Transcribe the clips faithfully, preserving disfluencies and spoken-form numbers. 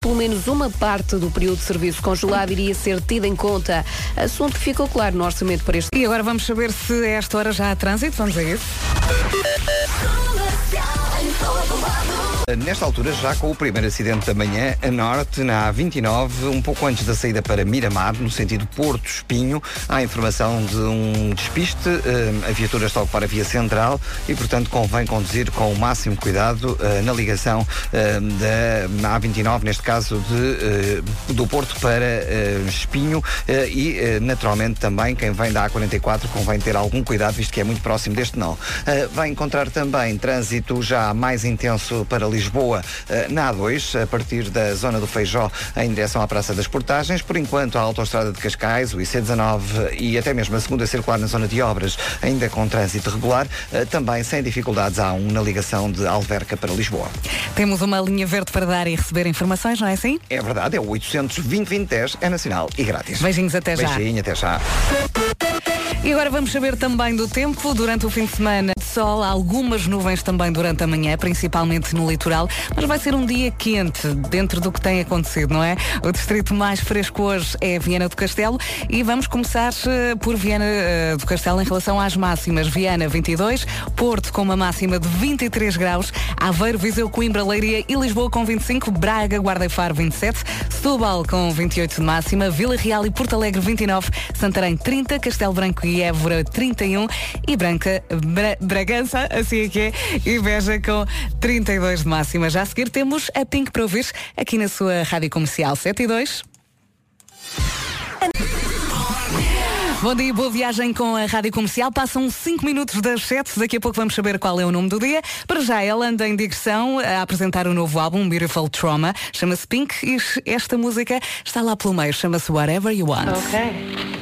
pelo menos uma parte do período de serviço congelado iria ser tida em conta. Assunto que ficou claro no orçamento para este... E agora vamos saber se a esta hora já há trânsito. Vamos a isso. Nesta altura, já com o primeiro acidente da manhã, a norte, na A vinte e nove, um pouco antes da saída para Miramar, no sentido Porto Espinho, há informação de um despiste. A viatura está a ocupar a via central e, portanto, convém conduzir com o máximo cuidado na ligação da A vinte e nove, neste caso de, do Porto para Espinho, e, naturalmente, também quem vem da A quarenta e quatro convém ter algum cuidado, visto que é muito próximo deste nó. Vai encontrar também trânsito já mais intenso para Lisboa, na A dois, a partir da zona do Feijó em direção à Praça das Portagens. Por enquanto, a autoestrada de Cascais, o I C dezanove e até mesmo a segunda circular na zona de obras, ainda com trânsito regular, também sem dificuldades há um na ligação de Alverca para Lisboa. Temos uma linha verde para dar e receber informações, não é assim? É verdade, é o oitocentos, vinte, vinte, dez, é nacional e grátis. Beijinhos, até já. Beijinho, até já. E agora vamos saber também do tempo. Durante o fim de semana, sol, algumas nuvens também durante a manhã, principalmente no litoral, mas vai ser um dia quente dentro do que tem acontecido, não é? O distrito mais fresco hoje é Viana do Castelo e vamos começar uh, por Viana uh, do Castelo em relação às máximas. Viana vinte e dois, Porto com uma máxima de vinte e três graus, Aveiro, Viseu, Coimbra, Leiria e Lisboa com vinte e cinco, Braga, Guarda e Faro vinte e sete, Setúbal com vinte e oito de máxima, Vila Real e Porto Alegre vinte e nove, Santarém trinta, Castelo Branco e Évora trinta e um e Branca, Bra, Bragança, assim é que é, e Beja com trinta e dois de máxima. Já a seguir temos a Pink para ouvir aqui na sua Rádio Comercial sete e dois. Bom dia, boa viagem com a Rádio Comercial. Passam cinco minutos das sete. Daqui a pouco vamos saber qual é o nome do dia. Para já, ela anda em digressão a apresentar o novo álbum, Beautiful Trauma. Chama-se Pink e esta música está lá pelo meio. Chama-se Whatever You Want. Ok.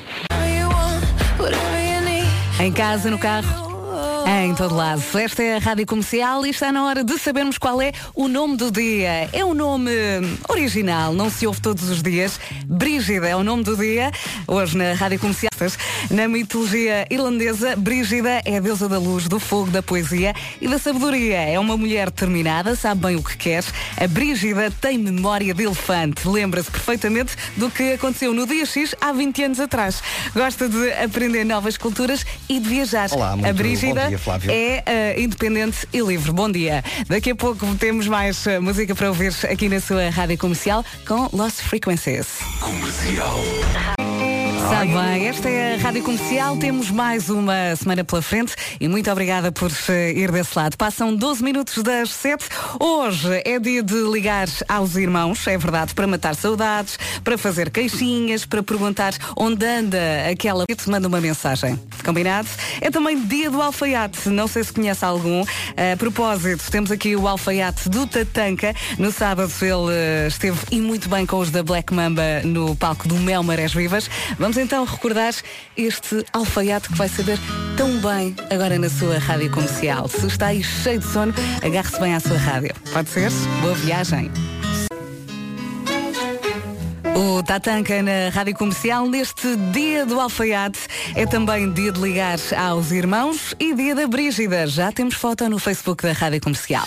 Em casa, no carro, em todo lado. Esta é a Rádio Comercial e está na hora de sabermos qual é o nome do dia. É um nome original, não se ouve todos os dias. Brígida é o nome do dia. Hoje na Rádio Comercial. Na mitologia irlandesa, Brígida é a deusa da luz, do fogo, da poesia e da sabedoria. É uma mulher determinada, sabe bem o que quer. A Brígida tem memória de elefante. Lembra-se perfeitamente do que aconteceu no dia X há vinte anos atrás. Gosta de aprender novas culturas e de viajar. Olá, muito a Brígida bom dia, Flávio. é uh, independente e livre. Bom dia. Daqui a pouco temos mais uh, música para ouvir aqui na sua Rádio Comercial com Lost Frequencies. Comercial. Sabe bem, esta é a Rádio Comercial, temos mais uma semana pela frente e muito obrigada por uh, ir desse lado. Passam doze minutos das sete. Hoje é dia de ligar aos irmãos, é verdade, para matar saudades, para fazer queixinhas, para perguntar onde anda aquela que te manda uma mensagem. Combinado? É também dia do alfaiate, não sei se conhece algum. A propósito, temos aqui o alfaiate do Tatanka. No sábado ele uh, esteve e muito bem com os da Black Mamba no palco do Mel Marés Vivas. Vamos então recordar este alfaiate que vai saber tão bem agora na sua Rádio Comercial. Se está aí cheio de sono, agarre-se bem à sua rádio. Pode ser? Boa viagem. O Tatanka na Rádio Comercial. Neste dia do alfaiate é também dia de ligar aos irmãos e dia da Brígida. Já temos foto no Facebook da Rádio Comercial.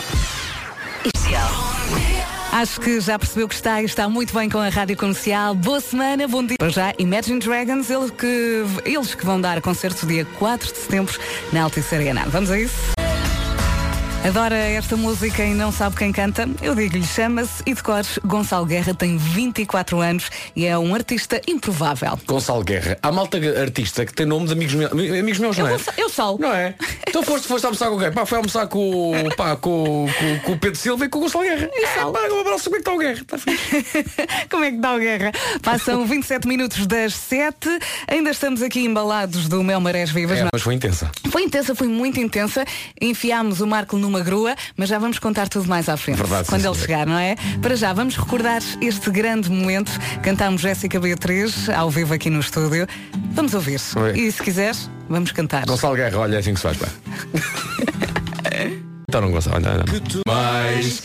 Acho que já percebeu que está e está muito bem com a Rádio Comercial. Boa semana, bom dia. Para já, Imagine Dragons, eles que, eles que vão dar concerto dia quatro de setembro na Altice Arena. Vamos a isso? Adora esta música e não sabe quem canta? Eu digo-lhe, chama-se e de cores Gonçalo Guerra, tem vinte e quatro anos e é um artista improvável. Gonçalo Guerra, há malta artista que tem nome de amigos meus, amigos meus, não é? Eu, eu sou. Não é? Então foste, foste almoçar com quem? Pá, foi almoçar com, pá, com, com, com o Pedro Silva e com o Gonçalo Guerra. Eu pá, um abraço, como é que está o Guerra? Está fixe. Como é que está o Guerra? Passam vinte e sete minutos das sete, ainda estamos aqui embalados do Mel Marés Vivas. É, não? mas foi intensa. Foi intensa, foi muito intensa. Enfiámos o Marco numa grua, mas já vamos contar tudo mais à frente. Verdade, quando sim, ele sim. chegar, não é? Para já, vamos recordar este grande momento. Cantamos Jéssica Beatriz ao vivo aqui no estúdio. Vamos ouvir. Oi. E se quiseres, vamos cantar. Gonçalo Guerra, olha, é assim que se faz, pá. Então não Gonçalo, olha, olha. Mais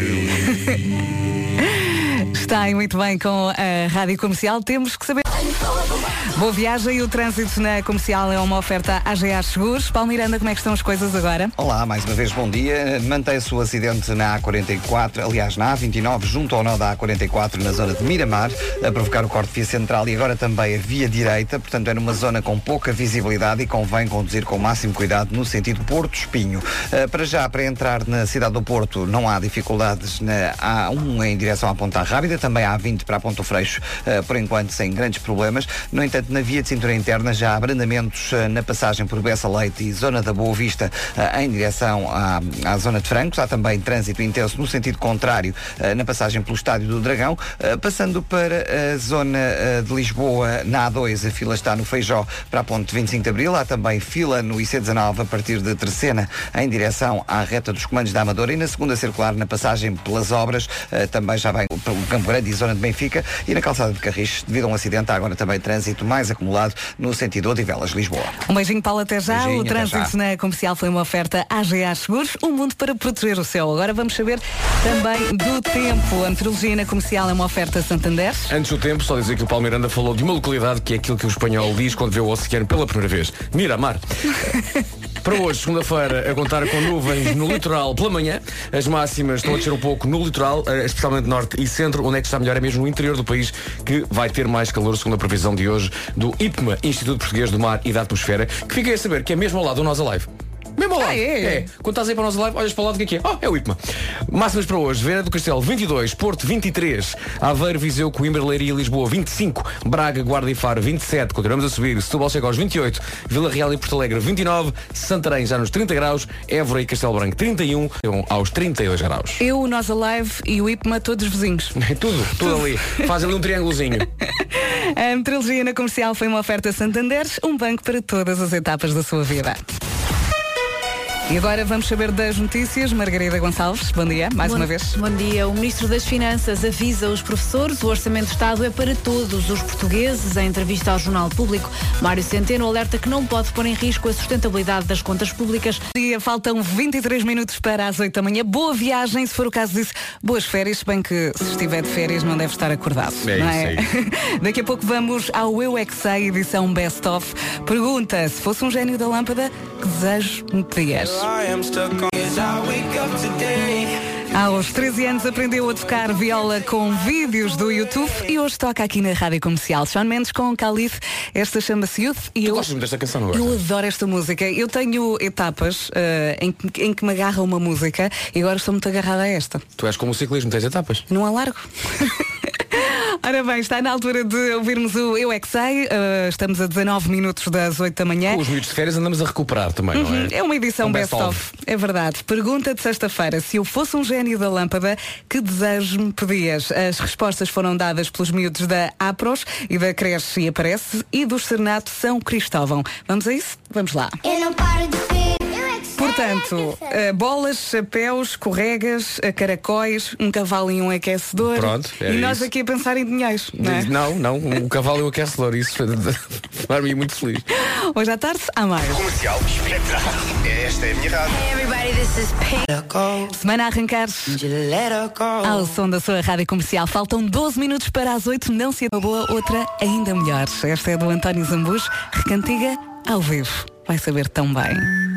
feliz. Está aí muito bem com a Rádio Comercial. Temos que saber. Boa viagem e o trânsito na comercial é uma oferta A G A Seguros. Paulo Miranda, como é que estão as coisas agora? Olá, mais uma vez bom dia. Mantém-se o acidente na A quarenta e quatro, aliás na A vinte e nove, junto ao nó da A quarenta e quatro, na zona de Miramar, a provocar o corte de via central e agora também a via direita, portanto é numa zona com pouca visibilidade e convém conduzir com o máximo cuidado no sentido Porto Espinho. Uh, para já, para entrar na cidade do Porto, não há dificuldades na A um em direção à Ponta Rábida, também a A vinte para a Ponto Freixo, uh, por enquanto sem grandes problemas. No entanto, na via de cintura interna já há abrandamentos uh, na passagem por Bessa Leite e zona da Boa Vista uh, em direção à, à zona de Francos. Há também trânsito intenso no sentido contrário uh, na passagem pelo Estádio do Dragão. Uh, passando para a zona uh, de Lisboa, na A dois, a fila está no Feijó para a ponte vinte e cinco de Abril. Há também fila no I C dezanove a partir de Terceira em direção à reta dos comandos da Amadora e na segunda circular na passagem pelas obras uh, também já vem pelo Campo Grande e zona de Benfica e na calçada de Carris, devido a um acidente, há agora também trânsito mais acumulado no sentido Odivelas-Lisboa. Um beijinho, Paulo, até já. Beijinho, o trânsito na comercial foi uma oferta A G A Seguros, um mundo para proteger o céu. Agora vamos saber também do tempo. A meteorologia na comercial é uma oferta Santander. Antes do tempo, só dizer que o Paulo Miranda falou de uma localidade que é aquilo que o espanhol diz quando vê o oceano pela primeira vez. Miramar. Para hoje, segunda-feira, a contar com nuvens no litoral pela manhã. As máximas estão a descer um pouco no litoral, especialmente norte e centro. Onde é que está melhor é mesmo no interior do país, que vai ter mais calor, segundo a previsão de hoje do I P M A, Instituto Português do Mar e da Atmosfera, que fiquei a saber que é mesmo ao lado do Nós Alive. Mesmo ao lado. Ah, é, é. Quando estás aí para o nosso live, olhas para o lado, o que é que é? Oh, é o I P M A. Máximas para hoje: Viana do Castelo vinte e dois, Porto vinte e três, Aveiro, Viseu, Coimbra, Leiria e Lisboa vinte e cinco, Braga, Guarda e Faro vinte e sete, continuamos a subir, Setúbal chega aos vinte e oito, Vila Real e Porto Alegre vinte e nove, Santarém já nos trinta graus, Évora e Castelo Branco trinta e um, aos trinta e dois graus. Eu, o Nós Alive e o I P M A, todos vizinhos. tudo, tudo ali. Faz ali um triângulozinho. A meteorologia na comercial foi uma oferta Santander, um banco para todas as etapas da sua vida. E agora vamos saber das notícias. Margarida Gonçalves, bom dia, mais bom, uma vez. Bom dia. O Ministro das Finanças avisa os professores: o Orçamento de Estado é para todos os portugueses. Em entrevista ao Jornal Público, Mário Centeno alerta que não pode pôr em risco a sustentabilidade das contas públicas. Dia, faltam vinte e três minutos para as oito da manhã. Boa viagem, se for o caso disso, boas férias, se bem que se estiver de férias não deve estar acordado. É não isso, é? é. Daqui a pouco vamos ao Eu É Que Sei, edição Best Of. Pergunta: se fosse um gênio da lâmpada, que desejo me pedias? Aos treze anos aprendeu a tocar viola com vídeos do YouTube e hoje toca aqui na Rádio Comercial. Shawn Mendes com Khalid. Esta chama-se Youth e tu eu, gostas muito desta canção, não eu gostas? adoro esta música. Eu tenho etapas uh, em, que, em que me agarra uma música e agora estou muito agarrada a esta. Tu és como o ciclismo, tens etapas. Não há largo. Ora bem, está na altura de ouvirmos o Eu É Que Sei. Uh, estamos a dezanove minutos das oito da manhã. Com os minutos de férias andamos a recuperar também, uhum, não é? É uma edição um best, best of. of. É verdade. Pergunta de sexta-feira: se eu fosse um gênio da lâmpada, que desejo me pedias? As respostas foram dadas pelos miúdos da APROS e da Cresce e Aparece e do Serenato São Cristóvão. Vamos a isso? Vamos lá. Eu não paro de ver. Portanto, uh, bolas, chapéus, escorregas, uh, caracóis, um cavalo e um aquecedor. Pronto, é e nós isso. aqui a pensar em dinheiros. Não, é? não, não, o cavalo e o aquecedor, isso faz-me muito feliz. Hoje à tarde há mais. Comercial espetáculo. Esta é a minha rádio. Hey everybody, this is Pain. Semana a arrancar ao som da sua Rádio Comercial. Faltam doze minutos para as oito. Não se uma boa, outra ainda melhor. Esta é do António Zambujo, Recantiga ao vivo. Vai saber tão bem.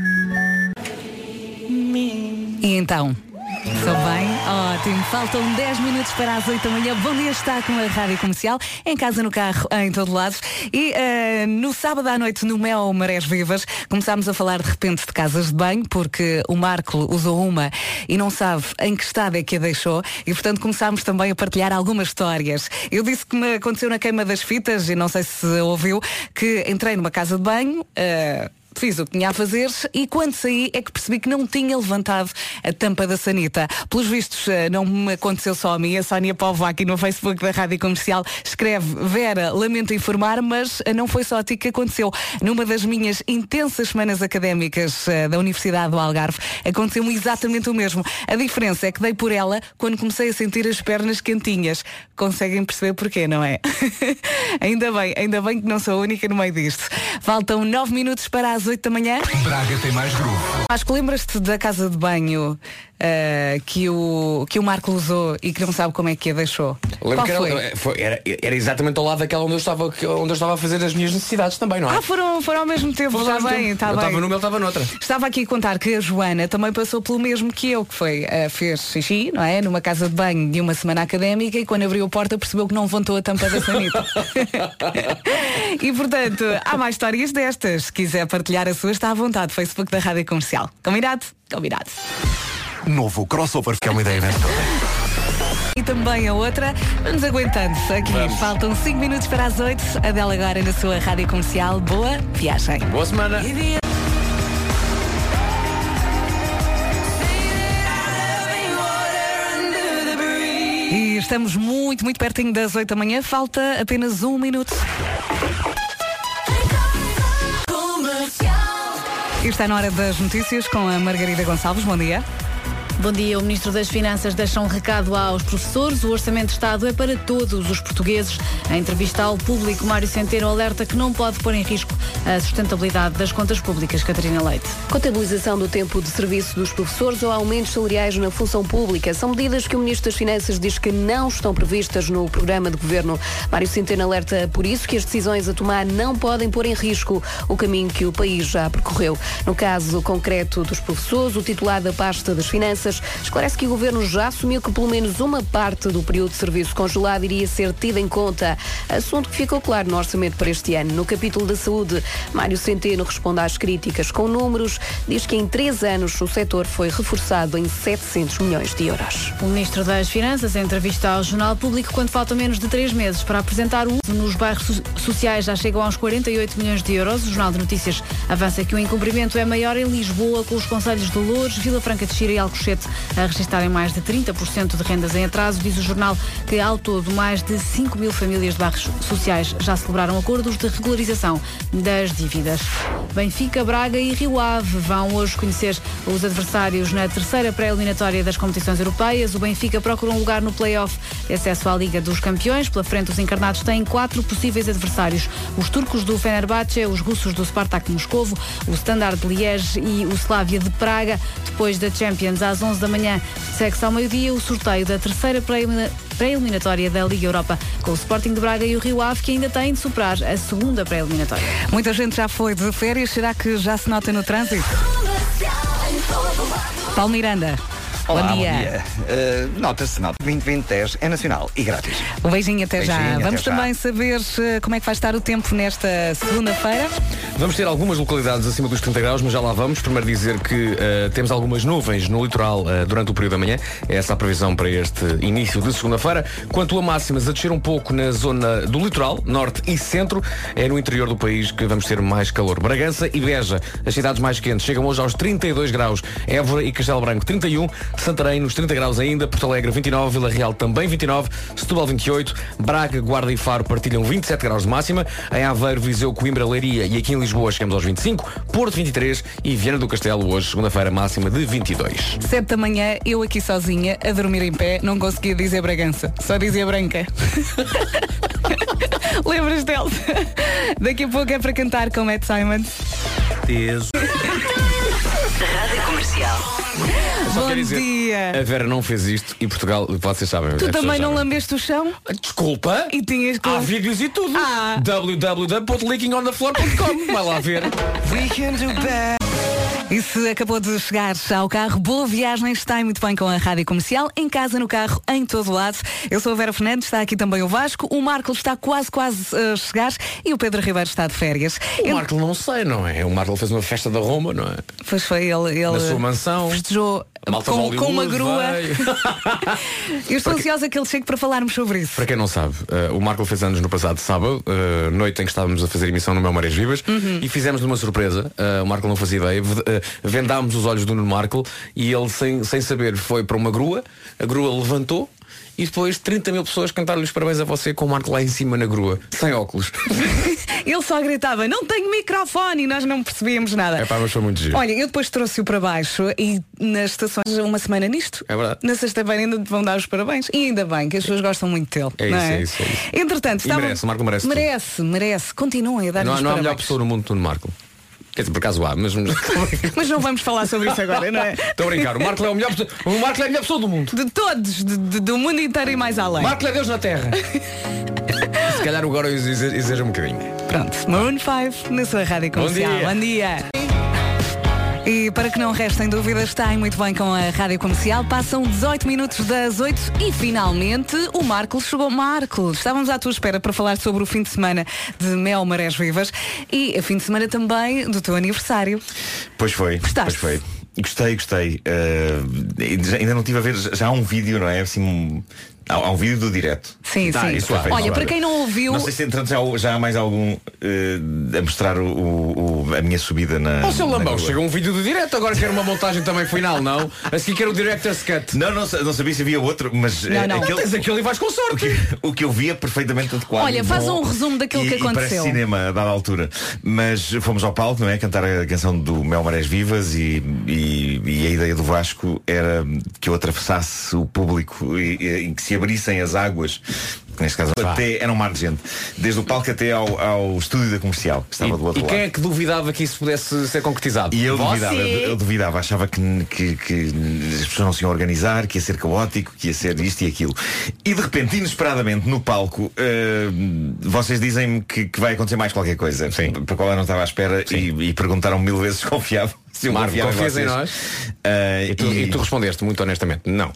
E então, sou bem? Ótimo. Faltam dez minutos para as oito da manhã. Bom dia, está com a Rádio Comercial, em casa, no carro, em todo lado. E uh, no sábado à noite, no Mel Marés Vivas, começámos a falar de repente de casas de banho, porque o Marco usou uma e não sabe em que estado é que a deixou. E, portanto, começámos também a partilhar algumas histórias. Eu disse que me aconteceu na queima das fitas, e não sei se ouviu, que entrei numa casa de banho... Uh, Fiz o que tinha a fazer e quando saí é que percebi que não tinha levantado a tampa da sanita. Pelos vistos, não me aconteceu só a mim. A Sónia Povo aqui no Facebook da Rádio Comercial escreve: Vera, lamento informar, mas não foi só a ti que aconteceu. Numa das minhas intensas semanas académicas da Universidade do Algarve, aconteceu-me exatamente o mesmo. A diferença é que dei por ela quando comecei a sentir as pernas quentinhas. Conseguem perceber porquê, não é? Ainda bem, ainda bem que não sou a única no meio disto. Faltam nove minutos para as às oito da manhã. Braga tem mais groove. Acho que lembras-te da casa de banho uh, que, o, que o Marco usou e que não sabe como é que a deixou? Lembro Qual que era, foi? foi- era, era exatamente ao lado daquela onde eu, estava, onde eu estava a fazer as minhas necessidades também, não é? Ah, foram, foram ao mesmo tempo, Fomos ao está mesmo bem, tempo. está Eu bem. estava numa, ele estava noutra. Estava aqui a contar que a Joana também passou pelo mesmo que eu, que foi, uh, fez xixi, não é? Numa casa de banho de uma semana académica e quando abriu a porta percebeu que não levantou a tampa da sanita. E portanto, há mais histórias destas. Se quiser partilhar a sua, está à vontade. Facebook da Rádio Comercial. Combinado? Combinado. Novo crossover, que é uma ideia nesta. E também a outra, vamos aguentando aqui. Vamos. Faltam cinco minutos para as oito. A dela agora na sua Rádio Comercial. Boa viagem. Boa semana. E estamos muito, muito pertinho das oito da manhã. Falta apenas um minuto. E está na hora das notícias com a Margarida Gonçalves. Bom dia. Bom dia. O Ministro das Finanças deixa um recado aos professores. O Orçamento de Estado é para todos os portugueses. Em entrevista ao público, Mário Centeno alerta que não pode pôr em risco a sustentabilidade das contas públicas. Catarina Leite. Contabilização do tempo de serviço dos professores ou aumentos salariais na função pública são medidas que o Ministro das Finanças diz que não estão previstas no programa de governo. Mário Centeno alerta por isso que as decisões a tomar não podem pôr em risco o caminho que o país já percorreu. No caso concreto dos professores, o titular da pasta das Finanças esclarece que o governo já assumiu que pelo menos uma parte do período de serviço congelado iria ser tida em conta. Assunto que ficou claro no orçamento para este ano. No capítulo da saúde, Mário Centeno responde às críticas com números. Diz que em três anos o setor foi reforçado em setecentos milhões de euros. O Ministro das Finanças, em entrevista ao Jornal Público, quando faltam menos de três meses para apresentar o uso nos bairros so- sociais, já chegam aos quarenta e oito milhões de euros. O Jornal de Notícias avança que o incumprimento é maior em Lisboa, com os concelhos de Loures, Vila Franca de Xira e Alcochete a registarem mais de trinta por cento de rendas em atraso. Diz o jornal que, ao todo, mais de cinco mil famílias de bairros sociais já celebraram acordos de regularização das dívidas. Benfica, Braga e Rio Ave vão hoje conhecer os adversários na terceira pré-eliminatória das competições europeias. O Benfica procura um lugar no play-off de acesso à Liga dos Campeões. Pela frente, os encarnados têm quatro possíveis adversários: os turcos do Fenerbahçe, os russos do Spartak Moscovo, o Standard de Liège e o Slavia de Praga. Depois da Champions, às onze da manhã, segue-se ao meio-dia o sorteio da terceira pré-elimina- pré-eliminatória da Liga Europa, com o Sporting de Braga e o Rio Ave, que ainda têm de superar a segunda pré-eliminatória. Muita gente já foi de férias. Será que já se nota no trânsito? Paulo Miranda. Olá, bom dia. bom dia. Uh, Nota-se, nota. vinte vinte dez é nacional e grátis. Um beijinho até já. Beijinho, até Vamos já. também saber eh, como é que vai estar o tempo nesta segunda-feira. Vamos ter algumas localidades acima dos trinta graus, mas já lá vamos. Primeiro dizer que uh, temos algumas nuvens no litoral uh, durante o período da manhã. É essa a previsão para este início de segunda-feira. Quanto a máximas, a descer um pouco na zona do litoral, norte e centro. É no interior do país que vamos ter mais calor. Bragança e Beja, as cidades mais quentes, chegam hoje aos trinta e dois graus. Évora e Castelo Branco, trinta e um. Santarém, nos trinta graus ainda. Porto Alegre, vinte e nove. Vila Real, também vinte e nove. Setúbal, vinte e oito. Braga, Guarda e Faro partilham vinte e sete graus de máxima. Em Aveiro, Viseu, Coimbra, Leiria e aqui em Lisboa chegamos aos vinte e cinco. Porto, vinte e três. E Viana do Castelo, hoje, segunda-feira, máxima de vinte e dois. Sete da manhã, eu aqui sozinha, a dormir em pé, não conseguia dizer Bragança. Só dizia Branca. Lembras dela? Daqui a pouco é para cantar com Matt Simons. Rádio Comercial. Só Bom quero dizer, dia. a Vera não fez isto e Portugal, vocês sabem. Tu as pessoas também não sabem. lambeste o chão? Desculpa. E tinhas que... Há vídeos e tudo. Ah. w w w ponto leaking on the floor ponto com. Vai lá ver. E se acabou de chegar ao carro, boa viagem, está muito bem com a Rádio Comercial, em casa, no carro, em todo lado. Eu sou a Vera Fernandes, está aqui também o Vasco, o Marco está quase, quase a chegar e o Pedro Ribeiro está de férias. O Ele- Marco não sei, não é? O Marco fez uma festa da Roma, não é? Pois foi, ele, ele Na sua mansão. festejou A malta com, de com uma Hollywood grua. veio. Eu estou ansiosa que ele chegue para falarmos sobre isso. Para quem não sabe, uh, o Marco fez anos no passado sábado, uh, noite em que estávamos a fazer emissão no Meu Marés Vivas, Uhum. e fizemos-lhe uma surpresa. Uh, o Marco não fazia ideia. V- uh, vendámos os olhos do Nuno Marco e ele, sem, sem saber, foi para uma grua. A grua levantou e depois trinta mil pessoas cantaram-lhe os parabéns a você com o Marco lá em cima na grua, sem óculos. Ele só gritava, não tenho microfone, e nós não percebíamos nada. É pá, mas foi muito giro. Olha, eu depois trouxe-o para baixo e nas estações uma semana nisto. É verdade. Na sexta-feira ainda te vão dar os parabéns. E ainda bem que as pessoas gostam muito dele. É não isso, é? é isso, é isso. Entretanto, E merece, o Marco merece tudo. Merece, merece. Continuem a dar-lhe Não, os não há melhor parabéns. pessoa no mundo que o Nuno Marco. Quer dizer, por acaso há, mas... Mas não vamos falar sobre isso agora, não é? Estou a brincar, o Marco é o melhor, o Marco é a melhor pessoa do mundo. De todos, de, de, do mundo inteiro e mais além. Marco é Deus na Terra. Se calhar agora eu exagero um bocadinho. Pronto, Maroon cinco na sua rádio comercial. Bom dia. Bom dia. E para que não restem dúvidas, está muito bem com a rádio comercial. Passam dezoito minutos das oito e finalmente o Marco chegou. Marco, estávamos à tua espera para falar sobre o fim de semana de Mel Marés Vivas e o fim de semana também do teu aniversário. Pois foi, Gostaste? pois foi. Gostei, gostei. Uh, ainda não tive a ver, já há um vídeo, não é? Assim, um, há, há um vídeo do direto. Sim, tá, sim. Isso é Olha, para quem não ouviu. Não sei se entretanto já, já há mais algum uh, a mostrar o, o, a minha subida na. Ó, seu na Lambão, rua. chegou um vídeo do direto, agora quero uma montagem também final, não? Assim quero o Director's Cut. Não, não, não sabia se havia outro, mas Não, não. aquele, Tens aquele e vais com sorte. o, que, o que eu vi é perfeitamente adequado. Olha, faz Bom, um resumo daquilo e, que e parece aconteceu. cinema a dada altura. Mas fomos ao palco, não é? Cantar a canção do Mel Marés Vivas e, e, e a ideia do Vasco era que eu atravessasse o público e, e, e que se abrissem as águas. Neste caso, até era um mar de gente. Desde o palco até ao, ao estúdio da comercial, que estava E, do outro e lado. quem é que duvidava que isso pudesse ser concretizado? E eu Você? duvidava, eu, eu duvidava, achava que, que, que as pessoas não se iam organizar, que ia ser caótico, que ia ser isto e aquilo. E de repente, inesperadamente, no palco, uh, vocês dizem-me que, que vai acontecer mais qualquer coisa. Sim. Para qual eu não estava à espera e, e perguntaram mil vezes se confiava. Se eu Marco, confiava em confias em vocês. nós? Uh, E tu, e tu respondeste muito honestamente, não.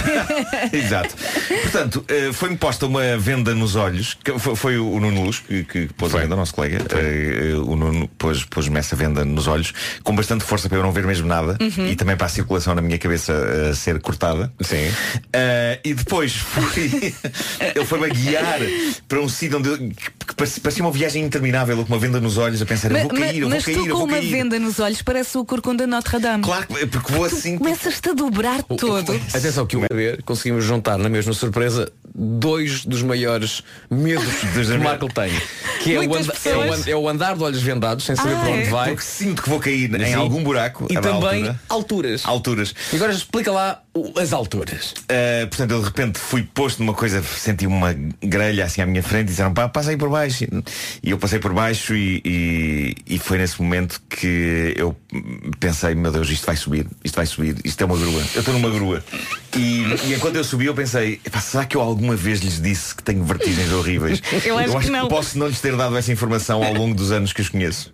Exato. Portanto, uh, foi-me posta uma venda nos olhos, que foi, foi o Nuno Luz que, que pôs Foi. a venda, o nosso colega. Uh, uh, o Nuno pôs, pôs-me essa venda nos olhos, com bastante força para eu não ver mesmo nada e também para a circulação na minha cabeça uh, ser cortada. Sim. Uh, e depois fui. Ele foi-me a guiar para um sítio onde eu, que parecia parecia uma viagem interminável, com uma venda nos olhos, a pensar, eu vou cair, eu vou mas cair, tu eu com vou uma cair. venda nos olhos parece o corcunda de Notre Dame. Claro, porque vou assim. Começas-te a dobrar todo. Atenção que o ver conseguimos juntar na mesma surpresa dois dos maiores medos que o Marco tem. Que é o, Muitas anda, é, o, pessoas. an- é o andar de olhos vendados sem saber Ah, para onde é? vai. Porque sinto que vou cair em Sim. algum buraco. E a dada também altura. alturas. Alturas. E agora explica lá o- as alturas. Uh, portanto, eu de repente fui posto numa coisa, senti uma grelha assim à minha frente e disseram, pá, passa aí por baixo. E eu passei por baixo e, e, e foi nesse momento que eu pensei, meu Deus, isto vai subir, isto vai subir, isto é uma grua. Eu estou numa grua. E, e enquanto eu subi eu pensei, "Epá, será que eu alguma vez lhes disse que tenho vertigens horríveis?" Eu acho que não. posso não lhes ter dado essa informação ao longo dos anos que os conheço.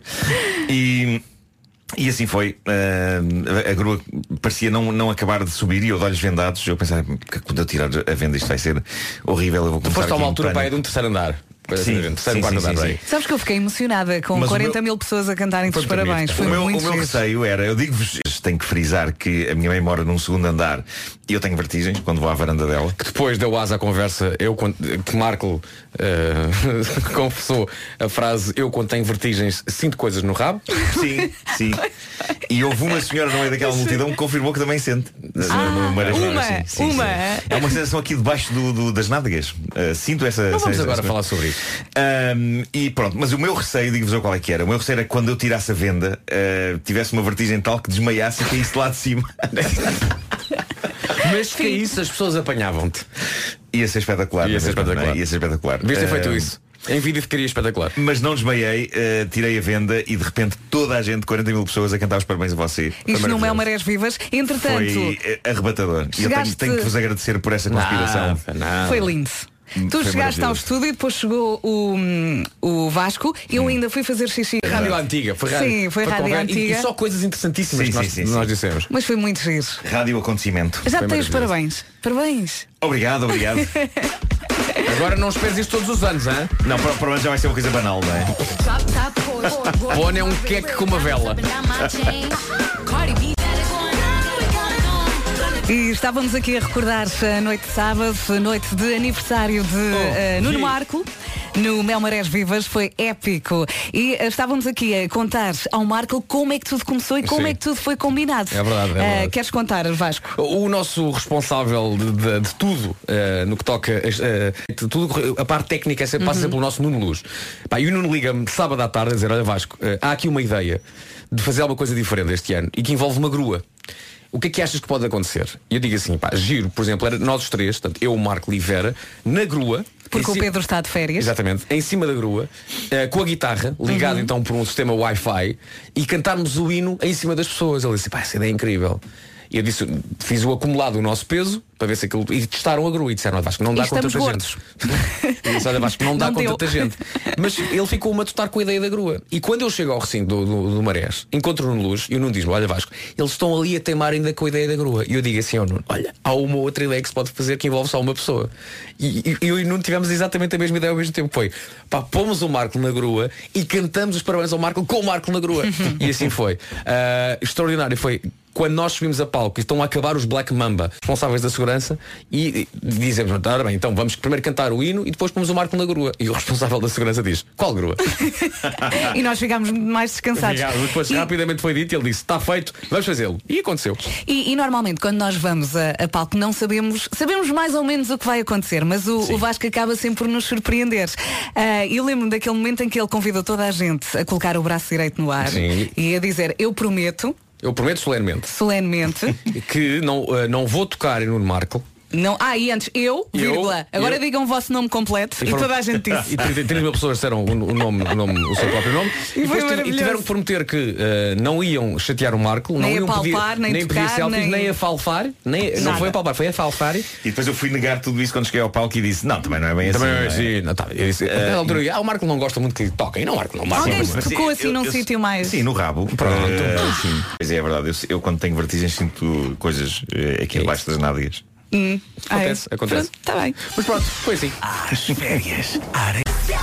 E E assim foi. Uh, a grua parecia não, não acabar de subir e eu de olhos vendados. Eu pensei que quando eu tirar a venda isto vai ser horrível. Eu vou Tu começar foste a aqui uma em altura pânico. para ir de um terceiro andar. Sim, terceiro, sim, quarto sim, andar, sim, bem. sim. Sabes que eu fiquei emocionada com Mas o quarenta meu- mil pessoas a cantarem-te os Foi bonito. parabéns. Foi o meu, muito o meu giro. receio era, eu digo-vos, tenho que frisar que a minha mãe mora num segundo andar e eu tenho vertigens quando vou à varanda dela. Que depois deu asa à conversa, eu quando, que Marco eh, confessou a frase, eu quando tenho vertigens sinto coisas no rabo. Sim, sim. E houve uma senhora no meio daquela multidão que confirmou que também sente. Ah, No- no Marés uma, Vivas, sim, sim, uma. sim. É uma sensação aqui debaixo do, do- das nádegas. Uh, sinto essa. Não essa- vamos essa- agora essa- falar sobre isso. Um, e pronto, mas o meu receio, digo-vos eu qual é que era. O meu receio era que quando eu tirasse a venda, uh, tivesse uma vertigem tal que desmaiasse e caísse lá de cima. Mas que é isso, as pessoas apanhavam-te. Ia ser espetacular. Ia ser não é? espetacular. Ia ser espetacular. Devias ter feito Uh, isso. Em vídeo ficaria espetacular. Mas não desmaiei, uh, tirei a venda e de repente toda a gente, quarenta mil pessoas, a cantar os parabéns a você. Foi Isto não é maravilhoso. Marés Vivas. Entretanto, Foi uh, arrebatador. E eu tenho, chegaste- tenho que vos agradecer por essa conspiração. Nada, nada. foi lindo. Tu Foi chegaste ao maravilhoso. estúdio e depois chegou o, o Vasco. Eu ainda fui fazer xixi. Rádio antiga, foi rádio. Sim, foi rádio conver- antiga. E, e só coisas interessantíssimas Sim, que nós, sim, sim, nós sim. dissemos. Mas foi muito giro. Rádio acontecimento. Já Foi te tens maravilhoso. parabéns. Parabéns. Obrigado, obrigado. Agora não esperes isto todos os anos, hein? Não, para, para o ano já vai ser uma coisa banal, não é? Pone é um queque com uma vela. E estávamos aqui a recordar a noite de sábado, a noite de aniversário de eh, Nuno sim. Marco. No Mel Marés Vivas foi épico. E eh, estávamos aqui a contar ao Marco como é que tudo começou e como Sim. é que tudo foi combinado. É verdade, é Eh, verdade. queres contar, Vasco? O nosso responsável de, de- de tudo eh, no que toca eh, de tudo, a parte técnica é sempre- passa sempre pelo nosso Nuno Luz. Pá, e o Nuno liga-me sábado à tarde a dizer, olha Vasco, eh, há aqui uma ideia de fazer alguma coisa diferente este ano e que envolve uma grua. O que é que achas que pode acontecer? E eu digo assim, pá, giro, por exemplo, era nós os três, portanto, eu, o Marco e Vera, na grua, Porque em o ci- Pedro está de férias. Exatamente, em cima da grua, eh, com a guitarra, ligada Uhum. então por um sistema Wi-Fi, e cantarmos o hino em cima das pessoas. Ele disse, pá, essa ideia é incrível. E eu disse, fiz o acumulado do nosso peso para ver se aquilo. E testaram a grua e disseram, Vasco, não dá E com tanta estamos gente. E disse, olha, Vasco, não dá Não com deu. tanta gente. Mas ele ficou a matutar com a ideia da grua. E quando eu chego ao recinto do, do, do Marés, encontro o Nuno Luz e o Nuno diz-me, olha Vasco, eles estão ali a teimar ainda com a ideia da grua. E eu digo assim ao Nuno, olha, há uma outra ideia que se pode fazer que envolve só uma pessoa. E, e eu e o Nuno tivemos exatamente a mesma ideia ao mesmo tempo. Foi, pá, pomos o Marco na grua e cantamos os parabéns ao Marco com o Marco na grua. E assim foi. Ah, extraordinário foi quando nós subimos a palco e estão a acabar os Black Mamba, responsáveis da segurança, e dizemos, ora bem, então vamos primeiro cantar o hino e depois pomos o Marco na grua. E o responsável da segurança diz, qual grua? E nós ficámos mais descansados. Obrigado. Depois E- rapidamente foi dito e ele disse, está feito, vamos fazê-lo. E aconteceu. E, e normalmente quando nós vamos a, a palco não sabemos, sabemos mais ou menos o que vai acontecer, mas o, o Vasco acaba sempre por nos surpreender. Ah, eu lembro-me daquele momento em que ele convidou toda a gente a colocar o braço direito no ar Sim. e a dizer, eu prometo, Eu prometo solenemente solenemente, que não, eh, não vou tocar em Nuno Marco. não. Ah, e antes, eu, Eu, vírgula, agora eu. digam o vosso nome completo e, foram- toda a gente disse. E trinta mil pessoas disseram o, o nome, o, nome, o seu próprio nome. E depois foi tive- maravilhoso. tiveram que prometer que eh, não iam chatear o Marco, não Nem a iam palpar, pedir, nem pedir tocar, selfies, nem- nem a falfar. Nem, não Nada. foi a palpar, foi a falfar. E depois eu fui negar tudo isso quando cheguei ao palco e disse, não, também não é bem Também assim. é não é? assim, não, tá, eu disse, Eh, na altura, eu ia, ah, o Marco não gosta muito que toquem. Não, Marco, não. Marco, Alguém não, se mas- tocou assim eu- num eu- sítio mais. Sim, no rabo. Pronto. Eh, sim. Pois é, é verdade. Eu, eu quando tenho vertigens sinto coisas eh, aqui É debaixo das nádegas. Hum. Acontece, Ah, é? acontece. Está bem. Mas pronto, foi assim. Às férias. Are...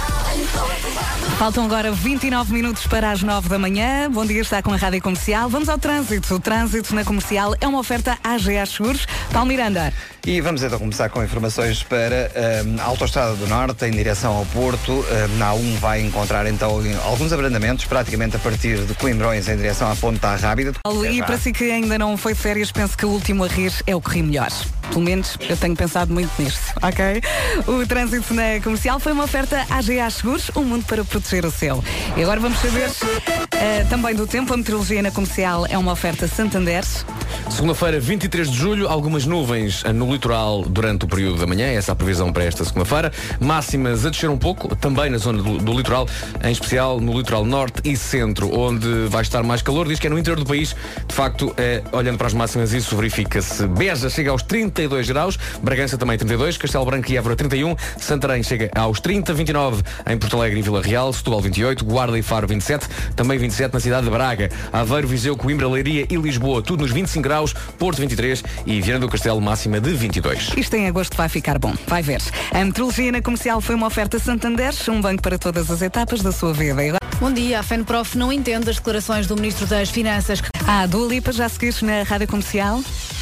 Faltam agora vinte e nove minutos para as nove da manhã. Bom dia, está com a Rádio Comercial. Vamos ao trânsito. O trânsito na Comercial é uma oferta A G A Seguros. Paulo Miranda. E vamos então começar com informações para hum, a Autostrada do Norte, em direção ao Porto. Hum, na A um vai encontrar então alguns abrandamentos, praticamente a partir de Coimbrões em direção à Ponta Rábida. E para si que ainda não foi de férias, penso que o último a rir é o que ri melhor. Pelo menos eu tenho pensado muito nisto, ok? O trânsito na Comercial foi uma oferta A G A Seguros, um mundo para proteger o seu. E agora vamos saber eh, também do tempo. A meteorologia na Comercial é uma oferta Santander. Segunda-feira, vinte e três de julho, algumas nuvens no litoral durante o período da manhã, essa é a previsão para esta segunda-feira. Máximas a descer um pouco, também na zona do, do litoral, em especial no litoral norte e centro, onde vai estar mais calor. Diz que é no interior do país, de facto, é, olhando para as máximas, isso verifica-se. Beja chega aos trinta e dois graus, Bragança também trinta e dois, Castelo Branco e Évora trinta e um, Santarém chega aos trinta, vinte e nove em Porto Alegre e Vila Real, Setúbal vinte e oito, Guarda e Faro vinte e sete, também vinte e sete na cidade de Braga, Aveiro, Viseu, Coimbra, Leiria e Lisboa, tudo nos vinte e cinco graus, Porto vinte e três e Viana do Castelo máxima de vinte e dois. Isto em agosto vai ficar bom, vai ver. A meteorologia na Comercial foi uma oferta Santander, um banco para todas as etapas da sua vida. E agora... Bom dia, a FENPROF não entende as declarações do Ministro das Finanças. Ah, Dua Lipa, já seguiste na Rádio Comercial?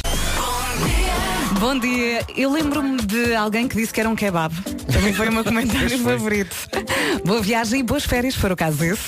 Bom dia. Eu lembro-me de alguém que disse que era um kebab. Também foi o meu comentário favorito. Boa viagem e boas férias, se for o caso desse.